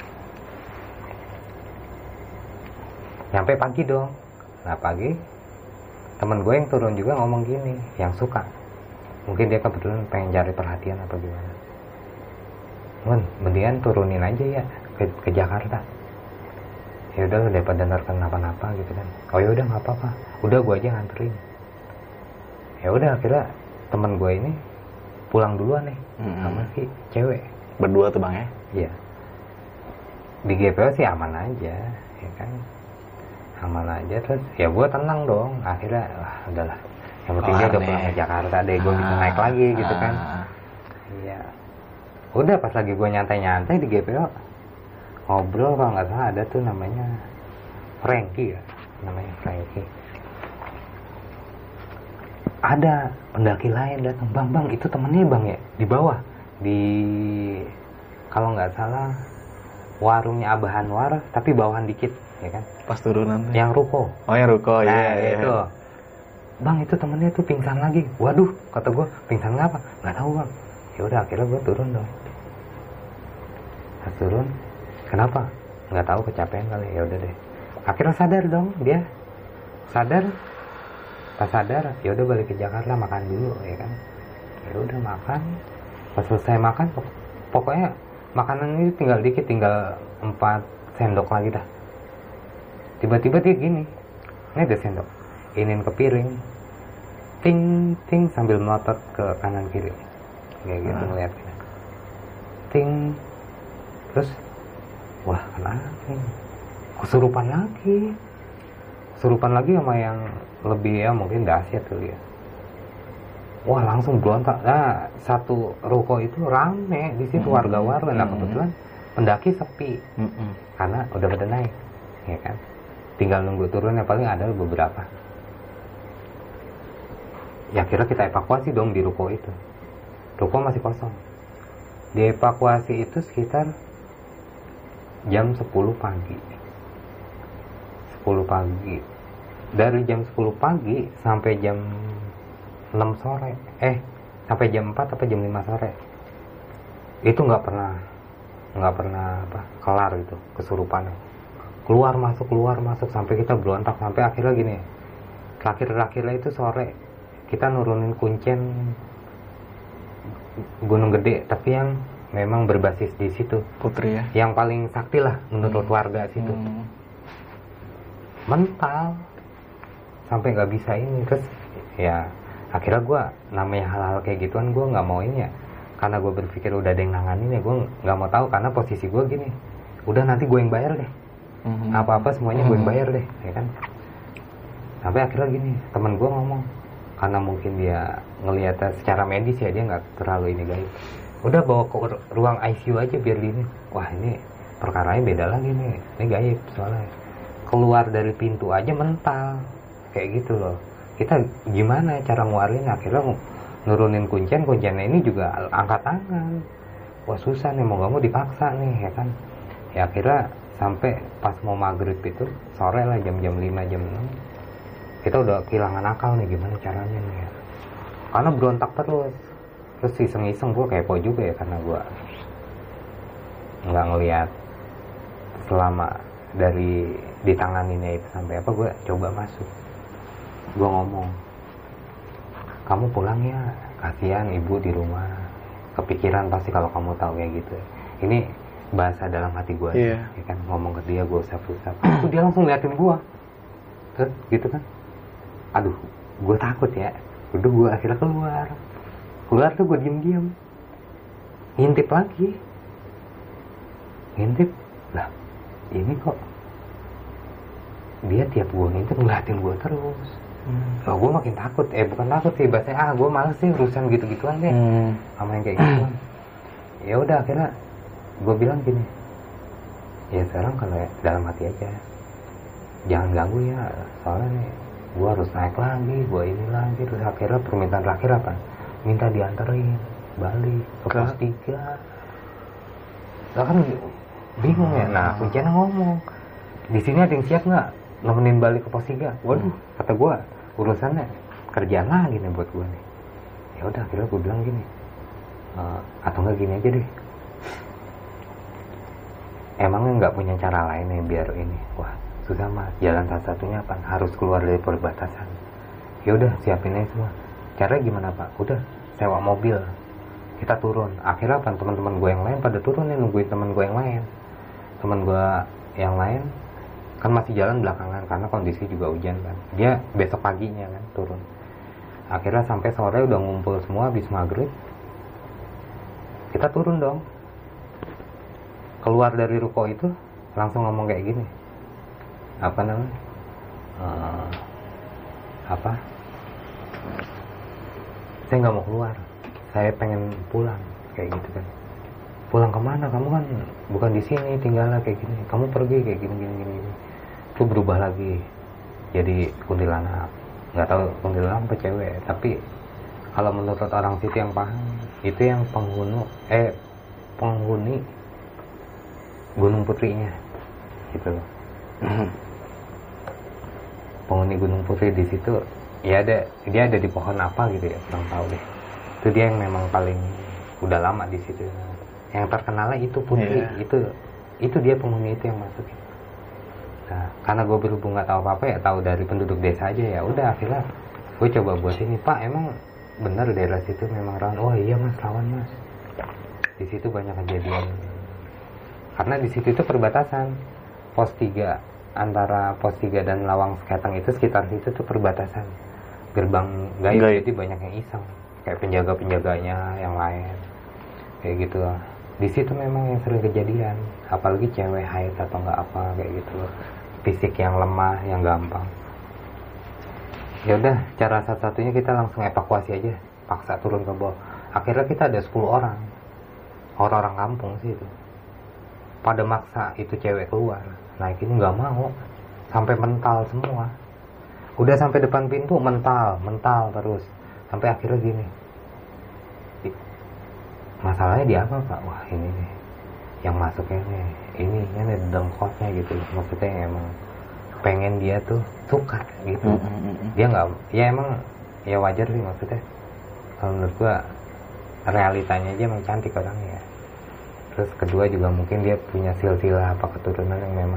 Nyampe pagi dong. Nah pagi temen gue yang turun juga ngomong gini, yang suka, mungkin dia kebetulan pengen cari perhatian apa gimana, mendingan turunin aja ya ke Jakarta. Ya udah daripada ntar kenapa-napa gitu kan. Oh ya udah nggak apa-apa, udah gue aja nganterin. Ya udah akhirnya temen gue ini pulang duluan nih sama si cewek. Berdua tuh bang ya? Iya. Di GPO sih aman aja, ya kan. Aman aja, terus ya gue tenang dong. Akhirnya udahlah, yang penting dia udah pulang ke Jakarta deh, gue bisa naik lagi gitu kan. Iya. Udah pas lagi gue nyantai-nyantai di GPO, ngobrol, kalau nggak salah ada tuh namanya Frankie ya, namanya Frankie. Ada pendaki lain datang, bang itu temennya bang ya, di bawah, di kalau nggak salah warungnya Abah Anwar tapi bawahan dikit ya kan, Pas turunan tuh. yang ruko. Oh yang ruko, Nah, iya. itu bang itu temennya tuh pingsan lagi. Waduh, kata gue, pingsan ngapa? Nggak tahu bang. Ya udah akhirnya gue turun dong. Pas turun, kenapa? Nggak tahu, kecapean kali. Ya udah deh, akhirnya sadar dong dia, sadar. Pas sadar, ya udah balik ke Jakarta, makan dulu ya kan. Ya udah makan. Pas selesai makan, pokoknya makanan ini tinggal dikit, tinggal 4 sendok lagi dah. Tiba-tiba dia gini, ini ada sendok, inin ke piring, ting ting sambil melotot ke kanan kiri, kayak gitu ngeliatnya, ting, terus, wah kenapa ini? Kesurupan lagi sama yang lebih ya mungkin dahsyat kali ya. Wah langsung berontak. Nah satu ruko itu rame di situ, warga-warga. Nah kebetulan pendaki sepi karena udah pada naik, ya kan. Tinggal nunggu turunnya, paling ada beberapa. Ya kira kita evakuasi dong di ruko itu. Ruko masih kosong. Dievakuasi itu sekitar jam 10 pagi. 10 pagi. Dari jam 10 pagi sampai jam 6 sore. Sampai jam 4 atau jam 5 sore. Itu nggak pernah kelar gitu kesurupannya. Keluar masuk sampai kita berontak, sampai akhirnya gini. Terakhirnya itu sore kita nurunin kuncen Gunung Gede, tapi yang memang berbasis di situ. Putri ya. Yang paling sakti lah menurut warga situ. Mental sampai nggak bisa ini. Terus ya akhirnya gue, namanya hal-hal kayak gituan gue nggak mau ini ya, karena gue berpikir udah ada yang nanganin ya, gue nggak mau tahu, karena posisi gue gini, udah nanti gue yang bayar deh, apa-apa semuanya gue yang bayar deh, ya kan. Sampai akhirnya gini, temen gue ngomong, karena mungkin dia ngelihatnya secara medis ya, dia nggak terlalu ini gaib, udah bawa ke ruang ICU aja biar gini. Wah ini perkaranya beda lagi nih, ini gaib soalnya. Keluar dari pintu aja mental kayak gitu loh. Kita gimana cara nguarin? Akhirnya nurunin kuncennya ini juga angkat tangan. Wah susah nih, mau gak mau dipaksa nih ya kan. Ya akhirnya sampai pas mau maghrib itu sore lah, jam 5 jam 6 kita udah kehilangan akal nih, gimana caranya nih ya. Karena berontak terus iseng-iseng gue kepo juga ya, karena gue nggak ngelihat selama dari ditanganinnya itu sampai apa. Gue coba masuk, gue ngomong, kamu pulang ya, kasihan ibu di rumah, kepikiran pasti kalau kamu tahu kayak gitu. Ini bahasa dalam hati gue, ya kan, ngomong ke dia, gue usap-usap. Terus dia langsung liatin gue, terus gitu kan. Aduh, gue takut ya. Udah gue akhirnya keluar tuh gue diem-diem, ngintip lagi, lah ini kok dia tiap gue ngintip ngeliatin gue terus. Oh, gue makin takut, bukan takut sih bahasanya, gue males sih urusan gitu-gituan deh, sama yang kayak gitu. Ya udah akhirnya gue bilang gini, ya sekarang kalau ya, dalam hati aja, jangan ganggu ya, soalnya nih gue harus naik lagi, gue ini lagi. Terus akhirnya permintaan terakhir apa? Minta dianterin balik ke pos 3. Lah kan bingung ya. Nah kuncinya ngomong, di sini ada yang siap nggak nemenin balik ke pos 3? Waduh, kata gue, urusannya kerjaan lagi nih buat gue nih. Ya udah akhirnya gue bilang gini, atau nggak gini aja deh, emangnya nggak punya cara lain nih biar ini? Wah susah mah, jalan satu-satunya apa? Harus keluar dari perbatasan. Ya udah siapin aja semua. Caranya gimana pak? Udah sewa mobil, kita turun. Akhirnya apa? Teman-teman gue yang lain pada turun nih, nungguin teman gue yang lain. Teman gue yang lain kan masih jalan belakangan karena kondisi juga hujan kan. Dia besok paginya kan turun. Akhirnya sampai sore udah ngumpul semua habis maghrib. Kita turun dong. Keluar dari ruko itu langsung ngomong kayak gini. Apa namanya? Saya nggak mau keluar. Saya pengen pulang kayak gitu kan. pulang kemana, kamu kan bukan di sini tinggalnya kayak gini, kamu pergi kayak gini. Itu berubah lagi jadi kuntilanak. Nggak tahu kuntilanak apa cewek, tapi kalau menurut orang situ yang paham, itu yang penghuni Gunung Putrinya gitu loh. Penghuni Gunung Putri di situ ya, dia ada di pohon apa gitu ya, kurang tahu deh. Itu dia yang memang paling udah lama di situ. Yang terkenalnya itu Putri, itu dia penghuni itu yang masuk. Nah, karena gue berhubung nggak tahu apa-apa ya, tahu dari penduduk desa aja, ya udah akhirnya gue coba buat ini. Pak, emang benar daerah situ memang rawan? Oh iya mas, rawan mas. Di situ banyak kejadian. Karena di situ itu perbatasan pos 3, antara pos 3 dan Lawang Seketeng itu, sekitar situ tuh perbatasan gerbang gaib. Jadi banyak yang iseng, kayak penjaga-penjaganya yang lain kayak gitu lah. Di situ memang yang sering kejadian, apalagi cewek haid atau nggak apa kayak gitu loh, fisik yang lemah, yang gampang. Ya udah, cara satu-satunya kita langsung evakuasi aja, paksa turun ke bawah. Akhirnya kita ada 10 orang kampung sih itu, pada maksa itu cewek keluar. Nah ini nggak mau, sampai mental semua. Udah sampai depan pintu mental terus, sampai akhirnya gini, masalahnya di apa pak? Wah ini nih yang masuknya nih, ini nih dengkotnya gitu. Maksudnya emang pengen dia tuh suka gitu. Dia nggak, ya emang ya wajar sih maksudnya. Kalau menurut gua realitanya aja emang cantik orangnya. Terus kedua juga mungkin dia punya silsilah apa keturunan yang memang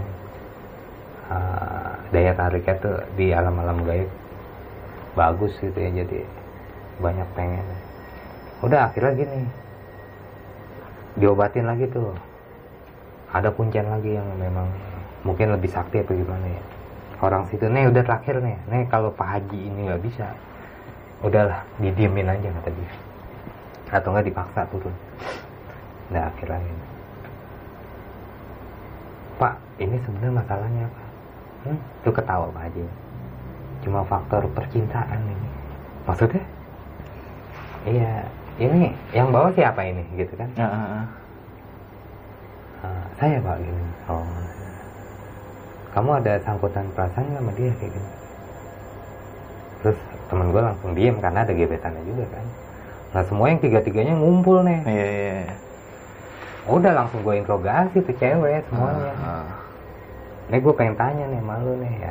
daya tariknya tuh di alam-alam gaib bagus gitu ya, jadi banyak pengen. Udah akhirnya gini, diobatin lagi tuh, ada kuncen lagi yang memang mungkin lebih sakti atau gimana ya, orang situ. Nih udah terakhir nih kalau Pak Haji ini nggak bisa, udahlah didiemin aja kata dia, atau nggak dipaksa turun. Nah akhirnya ini, Pak ini sebenarnya masalahnya apa? Tuh ketawa Pak Haji, cuma faktor percintaan ini. Maksudnya iya, ini yang bawa siapa ini gitu kan? Saya pak gini. Oh, kamu ada sangkutan perasaan sama dia kayak gini? Terus temen gue langsung diem karena ada gebetannya juga kan. Nah semua yang tiga-tiganya ngumpul nih. Iya. Udah langsung gue interogasi tuh cewek semuanya. Nih gue pengen tanya nih malu nih ya,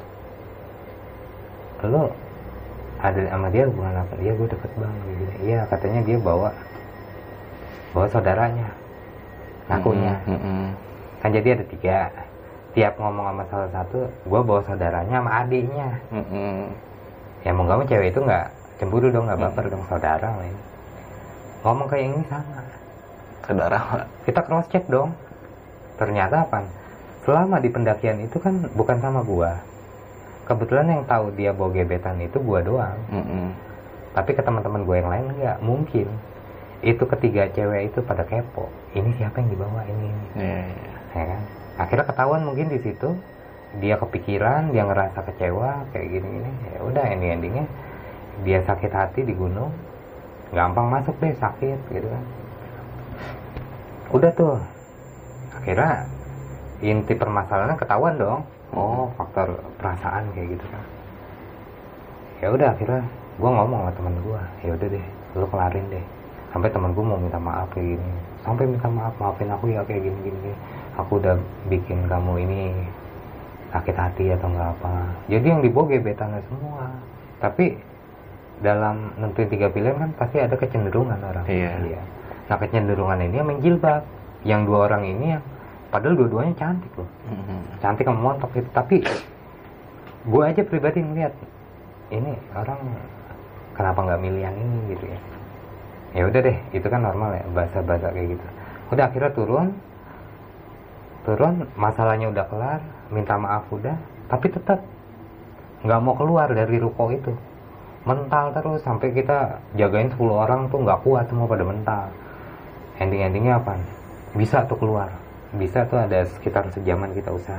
lo ada sama dia hubungan apa? Iya gue deket bang gitu. Iya katanya dia bawa saudaranya, ngakunya. Kan jadi ada 3, tiap ngomong sama salah satu, gue bawa saudaranya sama adiknya. Ya mau gak mau cewek itu nggak cemburu dong, nggak baper dong, saudara lain. Ngomong kayak ini sama saudara, kita cross check dong. Ternyata apa? Selama di pendakian itu kan bukan sama gue. Kebetulan yang tahu dia bawa gebetan itu gue doang. Tapi ke teman-teman gue yang lain nggak. Mungkin itu ketiga cewek itu pada kepo, ini siapa yang dibawa ini. Ya kan? Akhirnya ketahuan mungkin di situ, dia kepikiran, dia ngerasa kecewa kayak gini. Ya udah endingnya dia sakit hati di gunung, gampang masuk deh, sakit gitu kan. Udah tuh akhirnya inti permasalahannya ketahuan dong. Oh faktor perasaan kayak gitu kan. Ya udah akhirnya gue ngomong sama temen gue, ya udah deh lu kelarin deh. Sampai temen gue mau minta maaf kayak gini, sampai minta maaf, maafin aku ya kayak gini. Aku udah bikin kamu ini sakit hati atau nggak apa. Jadi yang dibawa gebetannya semua. Tapi dalam nentuin 3 pilihan kan pasti ada kecenderungan orang. Iya. Nah kecenderungan ini yang menjilbab. Yang 2 orang ini yang padahal dua-duanya cantik loh. Cantik sama montok gitu. Tapi gue aja pribadi ngeliat, ini orang kenapa nggak milih yang ini gitu ya. Ya udah deh, itu kan normal ya, bahasa-bahasa kayak gitu. Udah akhirnya turun, masalahnya udah kelar, minta maaf udah, tapi tetap nggak mau keluar dari ruko itu. Mental terus, sampai kita jagain 10 orang tuh nggak kuat, semua pada mental. Ending-endingnya apa? Bisa tuh keluar. Bisa tuh ada sekitar sejaman kita usaha.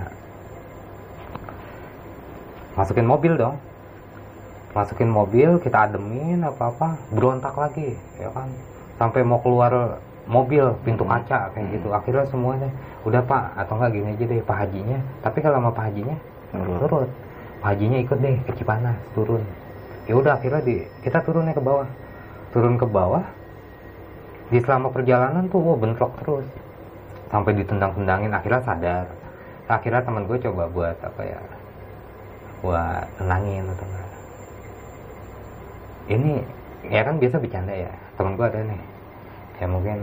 Masukin mobil, kita ademin apa-apa, berontak lagi, ya kan. Sampai mau keluar mobil pintu kaca kayak gitu. Akhirnya semuanya udah Pak, atau enggak gini aja deh Pak Hajinya, tapi kalau sama Pak Hajinya turun, Pak Hajinya ikut deh ke Cipanas turun. Ya udah akhirnya kita turunnya ke bawah, turun ke bawah. Di selama perjalanan tuh bentrok terus sampai ditendang-tendangin. Akhirnya sadar, akhirnya teman gue coba buat apa ya, buat tenangin atau enggak. Ini ya kan biasa bercanda ya, temen gue ada nih ya mungkin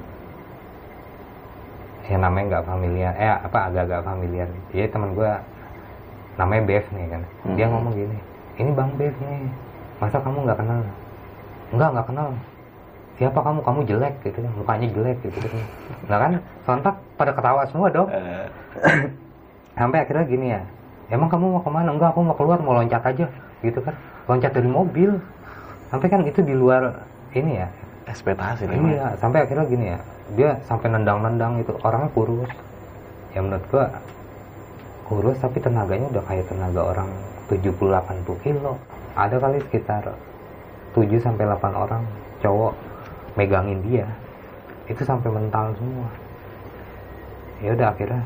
ya namanya nggak familiar, agak-agak familiar. Jadi temen gue namanya Bev nih kan, dia ngomong gini, ini Bang Bev nih, masa kamu nggak kenal? Nggak kenal. Siapa kamu jelek gitu, mukanya jelek gitu. Nah kan sontak pada ketawa semua dong. Sampai akhirnya gini ya, emang kamu mau kemana? Enggak, aku mau keluar, mau loncat aja gitu kan, loncat dari mobil. Sampai kan itu di luar ini ya, ekspektasi. Iya, sampai akhirnya gini ya, dia sampai nendang-nendang itu, orangnya kurus. Ya menurut gua kurus tapi tenaganya udah kayak tenaga orang 70-80 kilo. Ada kali sekitar 7-8 orang cowok megangin dia. Itu sampai mental semua. Ya udah akhirnya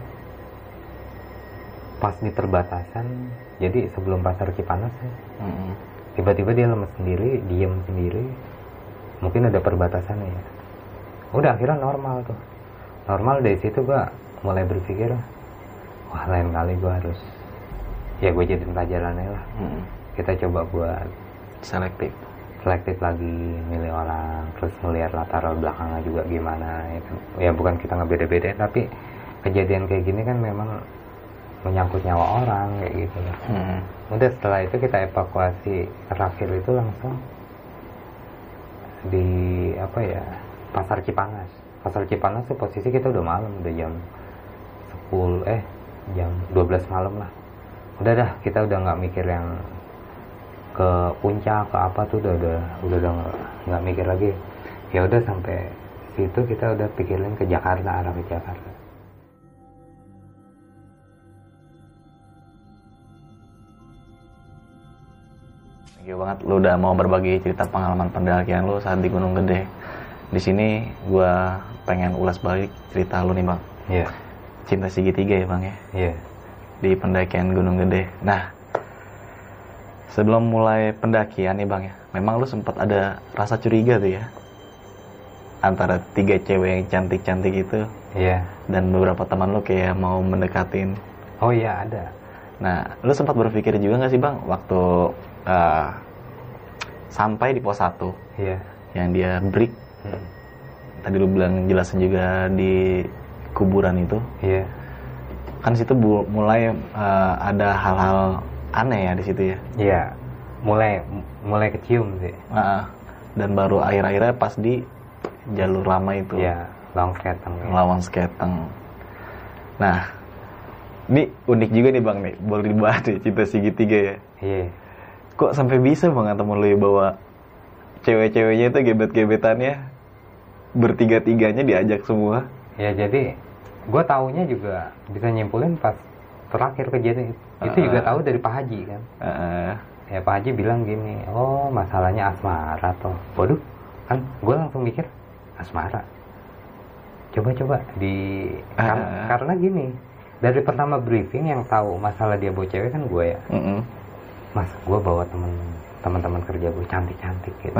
pas di perbatasan, jadi sebelum pasar Cipanas ya, tiba-tiba dia lemes sendiri, diem sendiri. Mungkin ada perbatasannya ya. Udah akhirnya normal tuh. Normal dari situ gua mulai berpikir, wah lain kali gua harus, ya gue jadiin pelajarannya lah. Kita coba buat selektif lagi, milih orang, terus melihat latar belakangnya juga gimana ya kan. Ya bukan kita ngebeda-bedain, tapi kejadian kayak gini kan memang menyangkut nyawa orang kayak gitu lah. Udah setelah itu kita evakuasi, terakhir itu langsung di apa ya, pasar Cipanas. Pasar Cipanas tuh posisi kita udah malam, udah jam 12 malam lah. Udah dah, kita udah nggak mikir yang ke puncak ke apa tuh, udah nggak mikir lagi. Ya udah sampai situ kita udah pikirin ke Jakarta, arah ke Jakarta. Thank you banget lu udah mau berbagi cerita pengalaman pendakian lu saat di Gunung Gede. Di sini gua pengen ulas balik cerita lu nih Bang. Iya. Cinta segitiga ya Bang ya. Iya. Di pendakian Gunung Gede. Nah, sebelum mulai pendakian nih Bang ya, memang lu sempat ada rasa curiga tuh ya antara 3 cewek yang cantik-cantik itu. Iya. Dan beberapa teman lu kayak mau mendekatin. Oh iya ada. Nah, lu sempat berpikir juga nggak sih Bang waktu sampai di pos 1 Iya. yang dia break, tadi lu bilang jelasin juga di kuburan itu. Iya. Kan situ mulai ada hal-hal aneh ya di situ ya. Iya. Mulai kecium sih. Dan baru akhir-akhirnya pas di jalur lama itu. Iya, Lawang Sketeng. Nah, ini unik juga nih Bang nih, boleh dibahas nih cinta segitiga ya. Iya. Kok sampai bisa Bang temen lu ya bawa cewek-ceweknya itu gebet-gebetannya bertiga-tiganya diajak semua? Ya jadi gue taunya juga bisa nyimpulin pas terakhir kejadian itu juga tahu dari Pak Haji kan. Ya Pak Haji bilang gini, oh masalahnya asmara toh. Waduh, kan gue langsung mikir asmara. Coba karena gini, dari pertama briefing yang tahu masalah dia bawa cewek kan gue ya. Mas, gue bawa teman-teman kerja gue cantik-cantik gitu.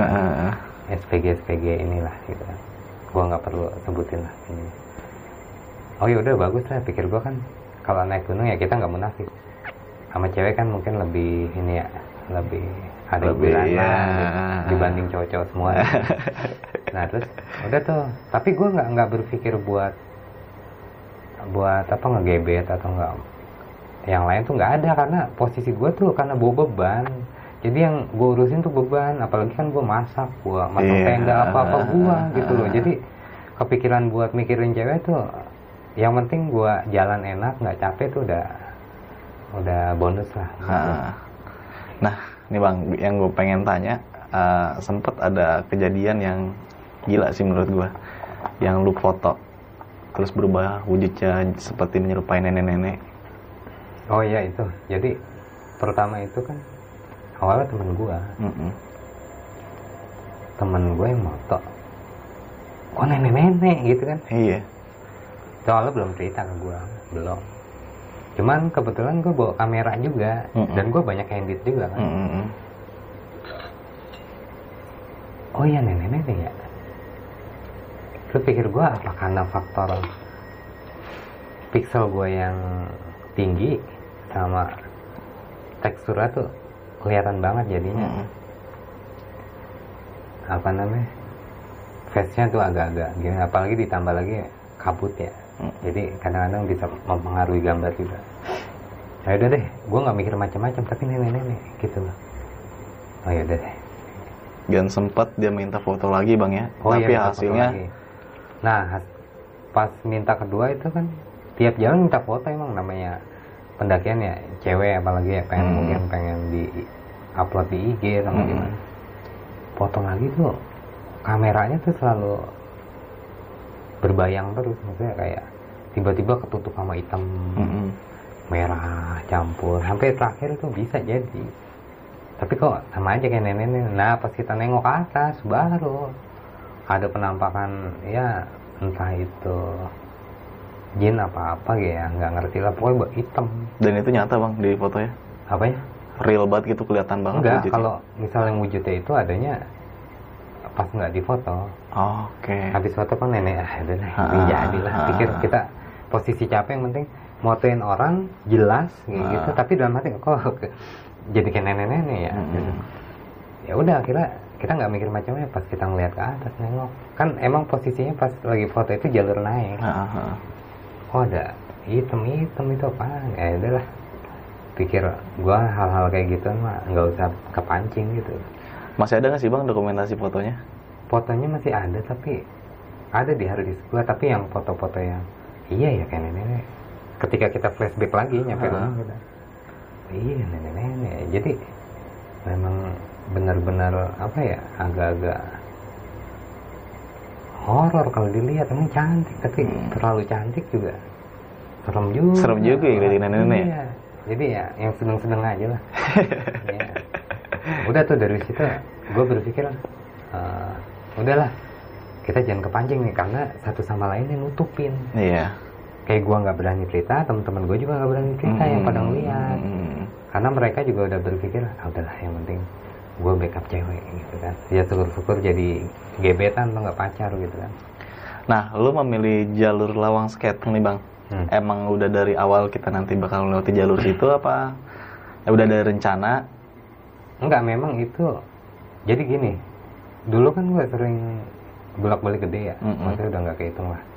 SPG inilah gitu kan. Gue nggak perlu sebutin lah ini. Oh ya udah bagus lah, pikir gue kan kalau naik gunung ya kita nggak munafik. Sama cewek kan mungkin lebih ini ya, lebih ada hiburan lah dibanding cowok-cowok semua. Nah terus udah tuh, tapi gue nggak berpikir buat apa ngegebet atau nggak. Yang lain tuh nggak ada, karena posisi gue tuh karena bawa beban. Jadi yang gue urusin tuh beban, apalagi kan gue masak tenda apa-apa gue gitu loh. Jadi kepikiran buat mikirin cewek tuh, yang penting gue jalan enak, nggak capek tuh udah bonus lah. Nah, ini Bang, yang gue pengen tanya, sempet ada kejadian yang gila sih menurut gue, yang lu foto terus berubah wujudnya seperti menyerupai nenek-nenek. Oh iya itu, jadi pertama itu kan awalnya temen gue yang moto, kok nenek-nenek gitu kan. Iya. Soalnya belum cerita ke gue, belum. Cuman kebetulan gue bawa kamera juga, dan gue banyak edit juga kan. Oh iya nenek-nenek ya. Terus pikir gue apa karena faktor pixel gue yang tinggi sama teksturnya tuh kelihatan banget jadinya. Apa namanya, face-nya tuh agak-agak gini, apalagi ditambah lagi kabut ya. Jadi kadang-kadang bisa mempengaruhi gambar juga. Ya udah deh, gue nggak mikir macam-macam, tapi nenek-nenek gitu loh. Oh ya udah deh. Dan sempat dia minta foto lagi bang ya, Oh, tapi iya, hasilnya nah pas minta kedua itu kan tiap jalan minta foto, emang namanya pendakian ya, cewek apalagi ya pengen mungkin pengen di upload di IG sama gimana. Foto lagi tuh kameranya tuh selalu berbayang terus, maksudnya kayak tiba-tiba ketutup sama hitam, merah campur, sampai terakhir itu bisa jadi. Tapi kok sama aja kayak nenek-nenek. Nah pas kita nengok ke atas baru ada penampakan, ya entah itu jin apa-apa gitu ya, nggak ngerti lah, pokoknya hitam. Dan itu nyata bang di fotonya? Apa ya? Real banget gitu, kelihatan banget. Enggak, kalau misalnya wujudnya itu adanya pas nggak di foto. Oke. Habis foto kan nenek, udah deh, jadilah. Pikir kita posisi capek, yang penting motoin orang jelas gitu. Tapi dalam hati kok jadi kayak nenek-nenek ya. Ya udah, akhirnya kita nggak mikir macamnya pas kita ngeliat ke atas nengok. Kan emang posisinya pas lagi foto itu jalur naik. Oh ada hitam-hitam itu apaan? Ya udahlah. Pikir gua hal-hal kayak gitu mah nggak usah kepancing gitu. Masih ada nggak sih bang dokumentasi fotonya? Fotonya masih ada, tapi ada di harddisk gua, tapi yang foto-foto yang iya ya kayak nenek-nenek. Ketika kita flashback lagi nyampe rumah kita, iya nenek-nenek. Jadi memang benar-benar apa ya, agak-agak horor kalau dilihat. Emang cantik, tapi terlalu cantik juga serem juga. Serem juga ya dari nenek-nenek. Iya. Jadi ya yang sedang-sedang aja lah. Ya. Udah tuh dari situ gue berpikir udahlah, kita jangan kepancing nih, karena satu sama lain yang nutupin. Iya. Kayak gue nggak berani cerita, teman-teman gue juga nggak berani cerita yang pada ngeliat. Karena mereka juga udah berpikir, udahlah yang penting gue backup cewek gitu kan. Ya syukur-syukur jadi gebetan atau nggak pacar gitu kan. Nah, lu memilih jalur Lawang Skate nih bang. Emang udah dari awal kita nanti bakal melewati jalur situ apa? Udah ada rencana? Enggak, memang itu. Jadi gini, dulu kan gue sering bolak-balik gede ya, maksudnya udah nggak kehitung lah.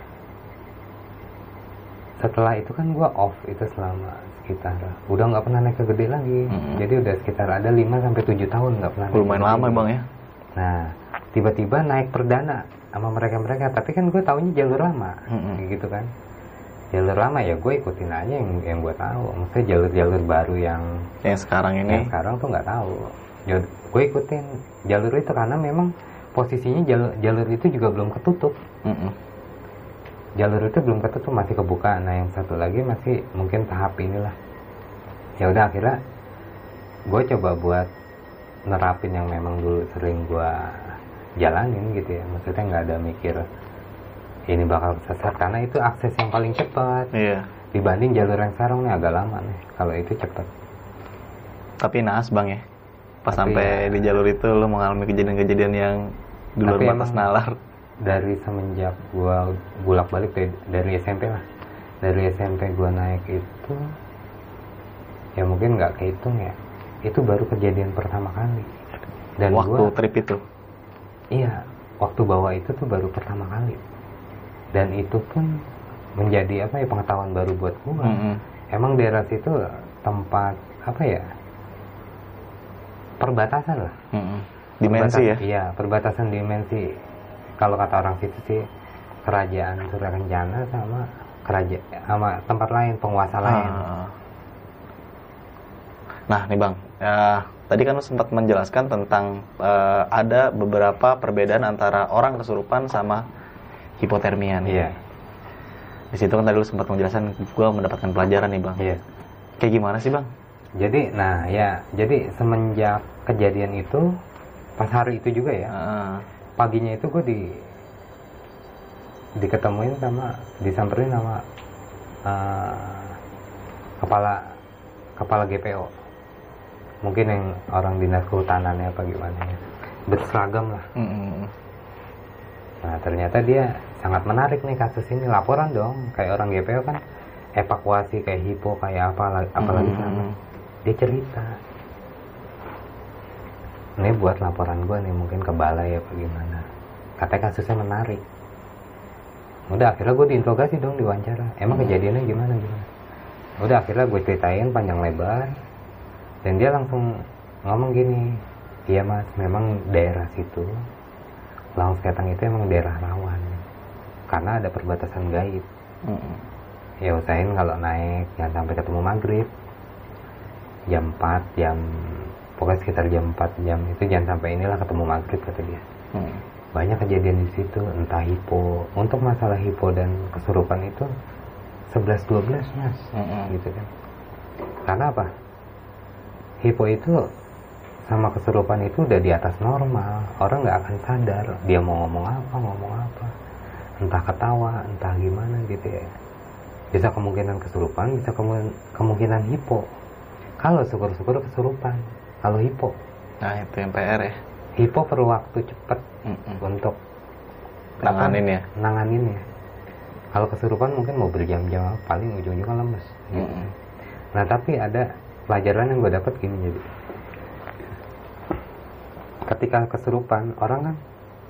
Setelah itu kan gue off itu selama sekitar, udah nggak pernah naik ke gede lagi. Jadi udah sekitar ada 5-7 tahun nggak pernah. Lumayan lama bang ya. Nah tiba-tiba naik perdana sama mereka, tapi kan gue taunya jalur lama, gitu kan. Jalur lama ya gue ikutin aja yang gue tahu. Maksudnya jalur-jalur baru yang sekarang ini, yang sekarang tuh nggak tahu. Gue ikutin jalur itu karena memang posisinya jalur itu juga belum ketutup. Jalur itu belum ketutup, masih kebuka. Nah yang satu lagi masih mungkin tahap inilah. Ya udah, akhirnya gue coba buat nerapin yang memang dulu sering gue jalanin gitu ya. Maksudnya nggak ada mikir ini bakal sesat, karena itu akses yang paling cepat. Iya. Dibanding jalur yang sekarang nih agak lama nih. Kalau itu cepat. Tapi naas bang ya. Pas sampai di jalur itu lo mengalami kejadian-kejadian yang di luar batas nalar. Dari semenjak gua bolak-balik dari SMP lah. Dari SMP gua naik itu, ya mungkin nggak kehitung ya. Itu baru kejadian pertama kali. Dan waktu trip itu? Iya, waktu bawa itu tuh baru pertama kali. Dan itu pun menjadi apa ya, pengetahuan baru buat gua. Emang daerah situ tempat apa ya, perbatasan lah. Dimensi ya? Iya, perbatasan dimensi. Kalau kata orang situ sih kerajaan Surya Kencana sama kerajaan sama tempat lain, penguasa lain. Nah nih bang, tadi kan lu sempat menjelaskan tentang ada beberapa perbedaan antara orang kesurupan sama hipotermia nih. Iya. Di situ kan tadi lu sempat menjelaskan, gue mendapatkan pelajaran nih bang. Iya. Kayak gimana sih bang? Jadi semenjak kejadian itu, pas hari itu juga ya, paginya itu gue diketemuin sama disamperin sama kepala GPO, mungkin yang orang dinas kehutanannya apa gimana ya, berseragam lah. Nah ternyata dia sangat menarik nih kasus ini, laporan dong, kayak orang GPO kan evakuasi kayak hipo kayak apalagi sana. Dia cerita, ini buat laporan gue nih mungkin ke balai apa gimana, katanya kasusnya menarik. Udah akhirnya gue diinterogasi dong, diwawancara, emang kejadiannya gimana. Udah akhirnya gue ceritain panjang lebar, dan dia langsung ngomong gini, iya mas, memang daerah situ Lawang Seketang itu emang daerah rawan karena ada perbatasan gaib. Ya usahain kalau naik jangan sampai ketemu maghrib, jam 4 pokoknya sekitar jam 4 jam itu jangan sampai inilah ketemu maghrib, kata dia. Banyak kejadian di situ, entah hipo. Untuk masalah hipo dan kesurupan itu 11-12 mas, gitu kan. Karena apa? Hipo itu sama kesurupan itu udah di atas normal. Orang nggak akan sadar dia mau ngomong apa, entah ketawa, entah gimana gitu ya. Bisa kemungkinan kesurupan, bisa kemungkinan hipo. Kalau syukur-syukur kesurupan, kalau hipo. Nah itu yang PR ya. Hipo perlu waktu cepat untuk nanganinnya. Kalau kesurupan mungkin mau berjam-jam, paling ujung-ujungnya lemes. Nah tapi ada pelajaran yang gue dapat gini, jadi ketika kesurupan orang kan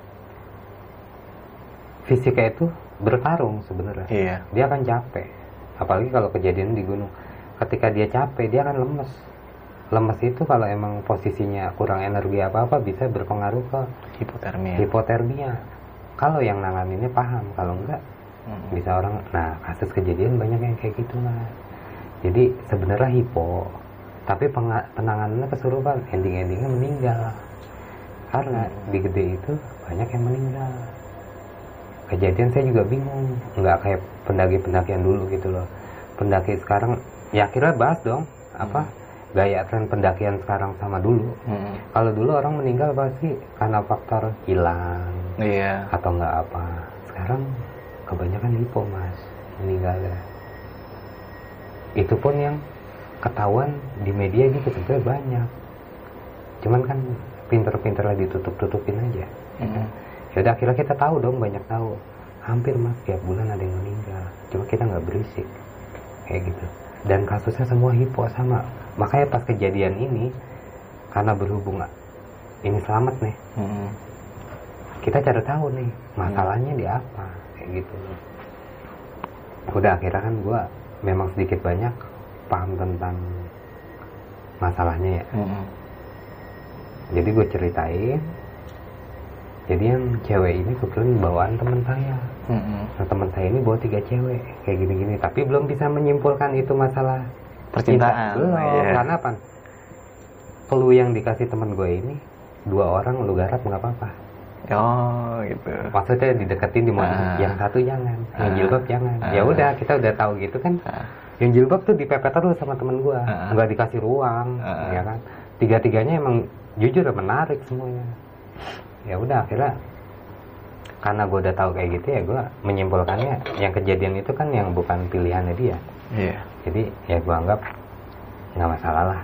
fisiknya itu bertarung sebenarnya. Iya. Dia akan capek, apalagi kalau kejadian di gunung. Ketika dia capek dia akan lemes. Lemes itu kalau emang posisinya kurang energi apa-apa bisa berpengaruh ke hipotermia. Kalau yang nanganinnya paham, kalau enggak bisa orang. Nah kasus kejadian banyak yang kayak gitu lah. Jadi sebenarnya hipo, tapi penanganannya kesurupan, endingnya meninggal. Karena di Gede itu banyak yang meninggal. Kejadian saya juga bingung, nggak kayak pendaki-pendakian dulu gitu loh. Pendaki sekarang ya akhirnya bahas dong apa gaya tren pendakian sekarang sama dulu. Kalau dulu orang meninggal pasti karena faktor hilang, atau nggak apa. Sekarang kebanyakan hipo mas meninggalnya. Itu pun yang ketahuan di media ini sebenarnya banyak. Cuman kan pinter-pinterlah ditutup-tutupin aja. Ya udah akhirnya kita tahu dong, banyak tahu. Hampir mas tiap bulan ada yang meninggal. Cuma kita nggak berisik kayak gitu. Dan kasusnya semua hipo sama. Makanya pas kejadian ini, karena berhubung ini selamat nih, kita cari tahu nih masalahnya di apa kayak gitu. Udah akhirnya kan gue memang sedikit banyak paham tentang masalahnya ya. Jadi gue ceritain. Jadi yang cewek ini kebetulan bawaan teman saya. Nah teman saya ini bawa 3 cewek kayak gini-gini, tapi belum bisa menyimpulkan itu masalah percintaan. Belum, karena apa? Clue yang dikasih teman gue ini 2 orang lu garap nggak apa-apa. Oh gitu. Maksudnya dideketin di mana? Yang satu jangan, yang jilbab jangan. Ya udah kita udah tahu gitu kan. Yang jilbab tuh dipepet terus sama teman gue, nggak dikasih ruang, ya kan? 3-tiganya emang jujur menarik semuanya. Ya udah akhirnya karena gue udah tahu kayak gitu ya gue menyimpulkannya yang kejadian itu kan yang bukan pilihannya dia. Jadi ya gue anggap nggak masalah lah.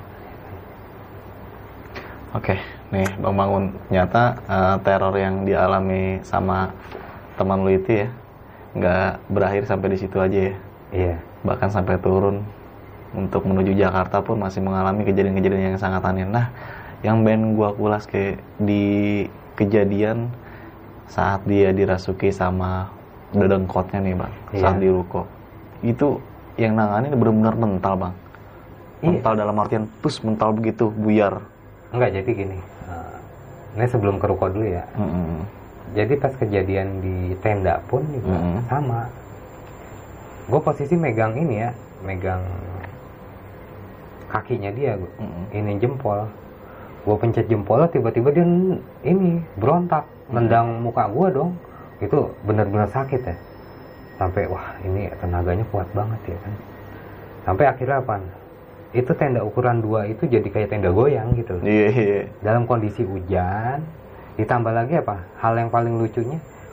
Oke, nih Bang Bangun, nyata teror yang dialami sama teman lu itu ya nggak berakhir sampai di situ aja ya. Iya. Bahkan sampai turun untuk menuju Jakarta pun masih mengalami kejadian-kejadian yang sangat aneh. Nah, yang pengen gua kulas kayak di kejadian saat dia dirasuki sama dedengkotnya nih bang, saat di ruko itu yang nanganin benar-benar mental bang. Mental dalam artian mental begitu buyar. Enggak, jadi gini, ini sebelum ke ruko dulu ya. Jadi pas kejadian di tenda pun juga sama. Gue posisi megang ini ya, megang kakinya dia, ini jempol. Gue pencet jempolnya, tiba-tiba dia ini berontak, nendang muka gue dong. Itu benar-benar sakit ya. Sampai wah ini tenaganya kuat banget ya kan. Sampai akhirnya apa? Itu tenda ukuran 2 itu jadi kayak tenda goyang gitu. Dalam kondisi hujan, ditambah lagi apa? Hal yang paling lucunya,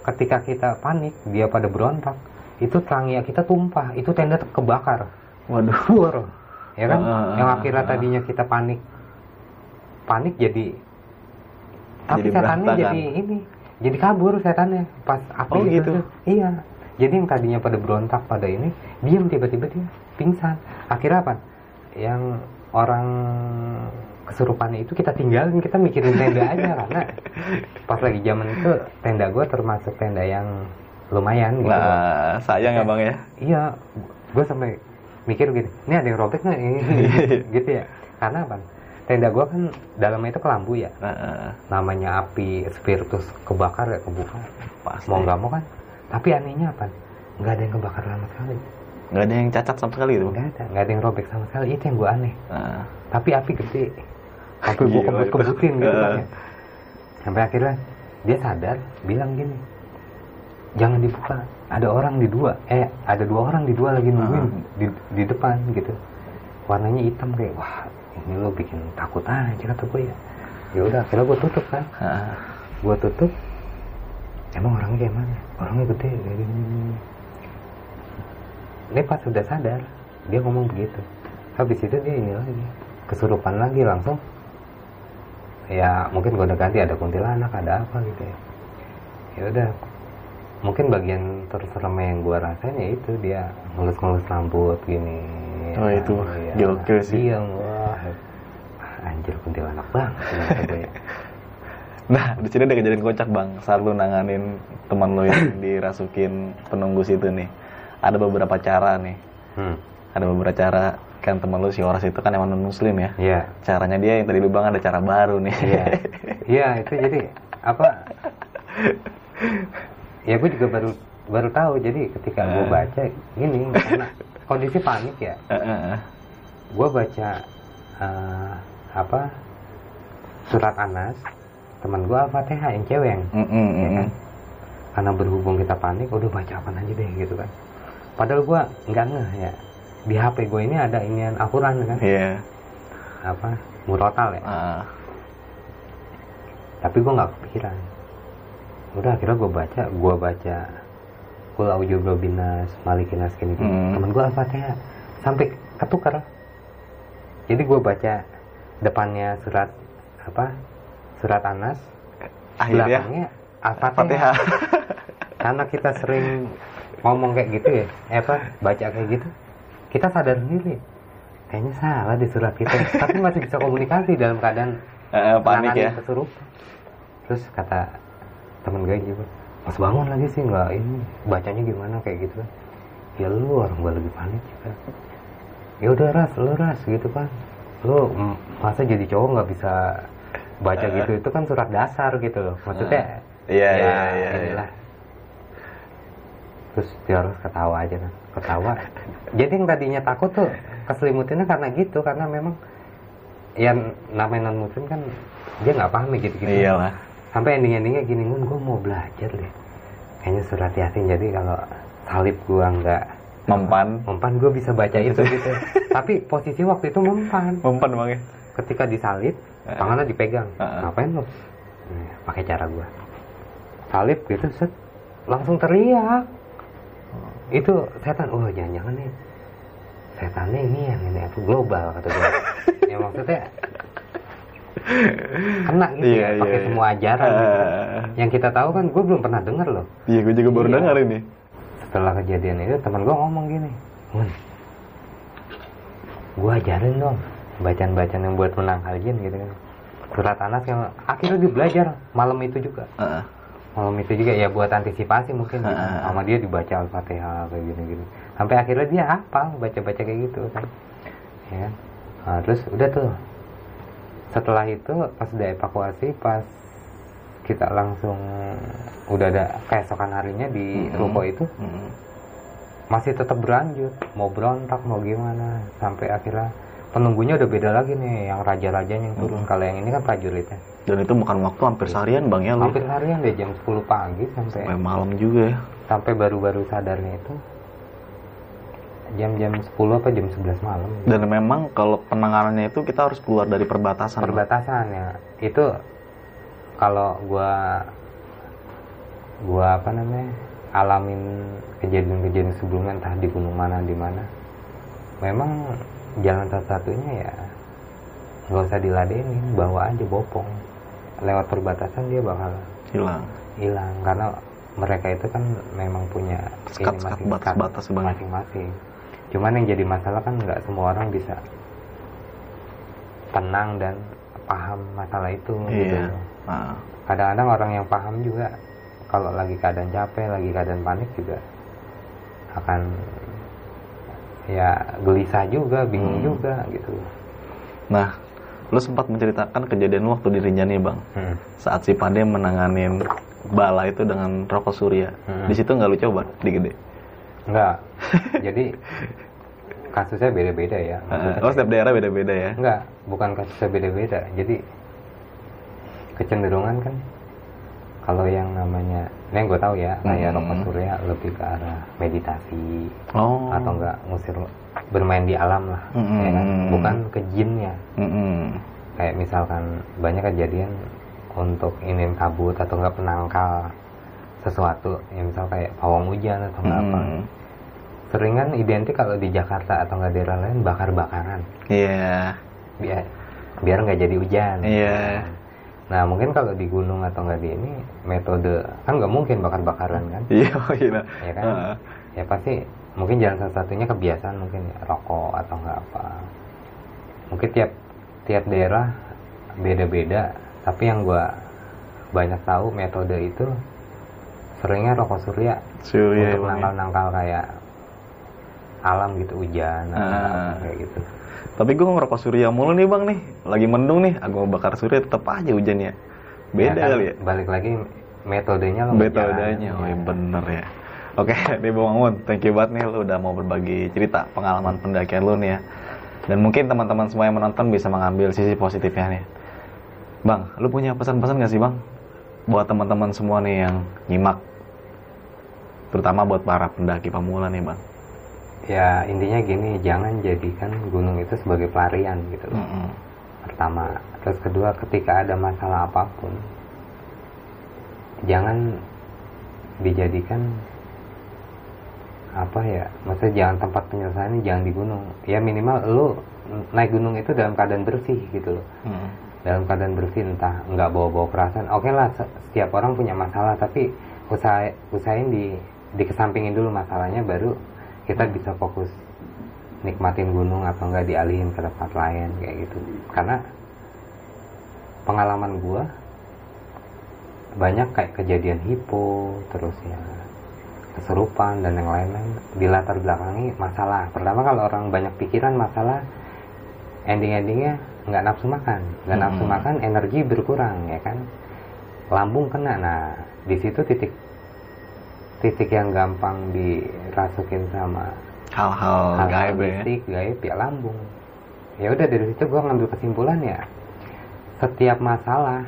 ketika kita panik dia pada berontak, itu tangga kita tumpah, itu tenda kebakar. Waduh. Ya kan? Yang akhirnya tadinya kita panik jadi, tapi setannya jadi ini, jadi kabur setannya pas api gitu. Iya. Jadi yang tadinya pada berontak pada ini, diam, tiba-tiba dia pingsan. Akhirnya apa? Yang orang kesurupannya itu kita tinggalin, kita mikirin tenda aja karena pas lagi zaman itu tenda gue termasuk tenda yang lumayan gitu. Nah, sayang ya bang ya. Iya, gue sampai mikir gitu, ini ada yang robek nggak ini gitu ya. Karena apa? Tenda gue kan dalamnya itu kelambu ya. Namanya api spiritus kebakar ya, kebuka. Pasti. Mau nggak mau kan. Tapi anehnya apa? Nggak ada yang kebakar sama sekali. Nggak ada yang cacat sama sekali itu? Nggak ada yang robek sama sekali. Itu yang gue aneh. Tapi api gede. Sampai gue kebut-kebutin gitu kan ya. Sampai akhirnya dia sadar, bilang gini, jangan dibuka. Ada dua orang di dua lagi nungguin di depan gitu. Warnanya hitam kayak, wah ini lo bikin takut aja kata gue ya. Ya udah, akhirnya gue tutup kan. Gue tutup. Emang orangnya kayak mana? Orangnya gede kayak gini. Dia pas sudah sadar, dia ngomong begitu. Habis itu dia ini lagi, kesurupan lagi langsung. Ya mungkin gue udah ganti, ada kuntilanak, ada apa gitu ya. Ya udah, mungkin bagian terserem yang gue rasain ya itu dia ngelus-ngelus rambut gini. Oh itu gokil sih. Iya, wah anjir kuntilanak banget. Nah di sini ada kejadian kocak bang, saat lu nanganin teman lu yang dirasukin penunggu situ nih. Ada beberapa cara nih. Ada beberapa cara. Kan teman lu si Horas itu kan emang non-muslim ya. Iya. Caranya dia yang tadi lu bang ada cara baru nih. Iya. Iya itu jadi apa? Ya gue juga baru tahu. Jadi ketika gue baca gini, karena kondisi panik ya. Gue baca surat Anas, teman gue Al-Fatihah yang cewek yang. Ya kan? Karena berhubung kita panik, udah baca apa aja deh gitu kan. Padahal gue nggak ngeh ya. Di HP gue ini ada inian Al-Quran kan? Iya. Murotal ya. Tapi gue nggak kepikiran. Udah akhirnya gue baca Qul a'udzu birabbinas malikin nas gini. Temen gue Al-Fatihah sampai ketukar. Jadi gue baca depannya surat Anas, belakangnya Al-Fatihah. Karena kita sering ngomong kayak gitu ya, baca kayak gitu. Kita sadar sendiri, kayaknya salah di surat kita, tapi masih bisa komunikasi dalam keadaan panik ya. Kesurupan. Terus kata temen gue juga, pas bangun lagi sih nggak ini, bacanya gimana kayak gitu kan? Ya lu orang gue lagi panik juga. Ya udah lu ras gitu kan, lu masa jadi cowok nggak bisa baca gitu, itu kan surat dasar gitu loh, maksudnya. Iya. Inilah. Terus dia harus ketawa aja kan, ketawa. Jadi yang tadinya takut tuh keselimutinnya karena gitu, karena memang yang namanya non muslim kan dia nggak paham gitu. Iyalah. Sampai endingnya gini, gue mau belajar deh. Kayaknya surat Yasin, jadi kalau salib gue nggak mempan gue bisa baca itu gitu. Tapi posisi waktu itu mempan bang ya. Ketika disalib, tangannya dipegang. Ngapain lo? Pakai cara gue. Salib gitu, set, langsung teriak. Itu setan, jangan-jangan nih setannya ini yang ini global kata gue. Ya maksudnya kena gitu ya, pakai semua ajaran gitu. Yang kita tahu kan, gue belum pernah dengar loh. Iya, gue juga baru dengar ini. Setelah kejadian itu teman gue ngomong gini, gue ajarin dong bacaan-bacaan yang buat menangkal jin gitu kan. Surat Anas yang akhirnya dia belajar malam itu juga. Malam itu juga ya buat antisipasi mungkin gitu. Sama dia dibaca Al-Fatihah kayak gini-gini. Sampai akhirnya dia hafal baca-baca kayak gitu kan. Ya. Nah, terus udah tuh. Setelah itu pas udah evakuasi, pas kita langsung udah ada keesokan harinya di ruko itu. Masih tetap berlanjut, mau berontak mau gimana, sampai akhirnya penunggunya udah beda lagi nih, yang raja-rajanya yang turun. Kalau yang ini kan prajuritnya. Dan itu makan waktu hampir seharian bang ya? Hampir seharian deh, jam 10 pagi sampai malam juga ya. Sampai baru-baru sadarnya itu jam 10 apa jam 11 malam. Dan memang kalau penanganannya itu kita harus keluar dari perbatasan. Perbatasan ya. Itu kalau gua gua apa namanya alamin kejadian-kejadian sebelumnya, entah di gunung mana di mana, memang jalan satu-satunya ya nggak usah diladenin, bawa aja bopong, lewat perbatasan dia bakal hilang karena mereka itu kan memang punya sekat batas masing-masing. Cuman yang jadi masalah kan nggak semua orang bisa tenang dan paham masalah itu gitu. Kadang-kadang orang yang paham juga kalau lagi keadaan capek, lagi keadaan panik juga akan ya gelisah juga, bingung juga gitu. Nah, lu sempat menceritakan kejadian lu waktu di Rinjani, Bang. Saat si Pade menanganin bala itu dengan rokok surya. Di situ nggak lu coba di Gede? Enggak. Jadi kasusnya beda-beda ya. Oh, setiap daerah beda-beda ya? Enggak, bukan kasusnya beda-beda. Jadi kecenderungan kan kalau yang namanya, yang gue tahu ya, kayak rokok surya lebih ke arah meditasi atau enggak ngusir, bermain di alam lah, ya kan? Bukan ke jinnya. Kayak misalkan banyak kejadian untuk ingin kabut atau enggak penangkal sesuatu, ya misal kayak pawang hujan atau enggak apa. Seringan identik kalau di Jakarta atau enggak daerah lain bakar-bakaran. Iya. Biar nggak jadi hujan. Iya. Nah mungkin kalau di gunung atau nggak di ini metode kan nggak mungkin bakar-bakaran kan? Iya, ya kan? Ya pasti mungkin jalan satu-satunya kebiasaan mungkin ya, rokok atau nggak apa. Mungkin tiap daerah beda-beda. Tapi yang gue banyak tahu metode itu seringnya rokok surya untuk nangkal-nangkal kayak alam gitu, hujan atau kayak gitu. Tapi gue ngerokok surya mulu nih Bang nih. Lagi mendung nih, aku bakar surya tetap aja hujannya. Beda kan, kali ya? Balik lagi metodenya lo. Metodenya, bener ya. Oke, nih Bang Mangun, thank you banget nih lu udah mau berbagi cerita pengalaman pendakian lu nih ya. Dan mungkin teman-teman semua yang menonton bisa mengambil sisi positifnya nih. Bang, lu punya pesan-pesan gak sih Bang? Buat teman-teman semua nih yang nyimak. Terutama buat para pendaki pemula nih Bang. Ya intinya gini, jangan jadikan gunung itu sebagai pelarian gitu loh. Pertama, terus kedua, ketika ada masalah apapun, jangan dijadikan apa ya, maksudnya jangan tempat penyelesaiannya jangan di gunung. Ya minimal lu naik gunung itu dalam keadaan bersih gitu loh. Dalam keadaan bersih, entah nggak bawa-bawa kerasan. Oke lah, setiap orang punya masalah, tapi usahain dikesampingin dulu masalahnya, baru kita bisa fokus nikmatin gunung atau enggak dialihin ke tempat lain kayak gitu. Karena pengalaman gua banyak kayak kejadian hipo, terus ya kesurupan dan yang lain-lain di latar belakangi masalah. Pertama, kalau orang banyak pikiran masalah, ending-endingnya nggak nafsu makan, energi berkurang ya kan, lambung kena. Nah di situ titik yang gampang dirasukin sama hal-hal gaib ya lambung. Ya udah, dari situ gue ngambil kesimpulan ya, setiap masalah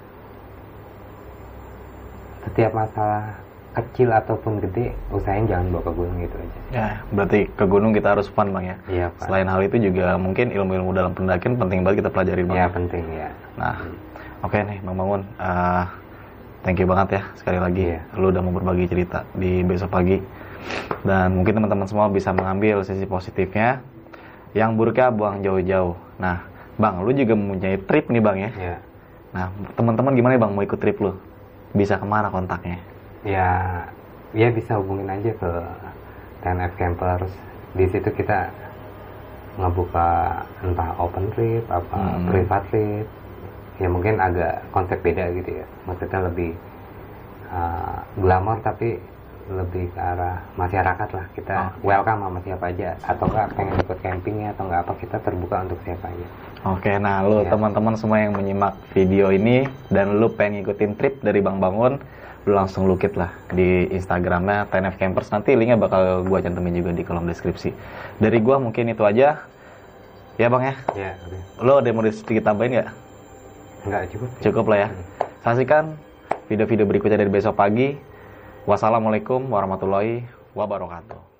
kecil ataupun gede, usahain jangan bawa ke gunung gitu aja. Ya, berarti ke gunung kita harus fun Bang ya. Iya, Pak. Selain hal itu juga mungkin ilmu-ilmu dalam pendakian penting banget kita pelajari Bang. Iya, penting ya. Nah, oke nih Bang Mangun, thank you banget ya sekali lagi. Lu udah mau berbagi cerita di Besok Pagi. Dan mungkin teman-teman semua bisa mengambil sisi positifnya. Yang buruknya buang jauh-jauh. Nah, Bang, lu juga mempunyai trip nih Bang ya. Iya. Nah, teman-teman gimana Bang mau ikut trip lu? Bisa kemana kontaknya? Ya bisa hubungin aja ke TNF Campers. Di situ kita ngebuka entah open trip apa private trip. Ya mungkin agak konsep beda gitu ya. Maksudnya lebih glamor tapi lebih ke arah masyarakat lah. Kita welcome sama siapa aja. Atau enggak pengen ikut campingnya atau enggak apa, kita terbuka untuk siapa aja. Oke, nah lu teman-teman semua yang menyimak video ini dan lu pengen ngikutin trip dari Bang Mangun, lu langsung lukit lah di Instagramnya TNF Campers. Nanti linknya bakal gua cantumin juga di kolom deskripsi. Dari gua mungkin itu aja. Ya Bang ya? Iya, oke. Lo ada mau sedikit tambahin nggak? Enggak, cukup. Cukup lah ya. Saksikan video-video berikutnya dari Besok Pagi. Wassalamualaikum warahmatullahi wabarakatuh.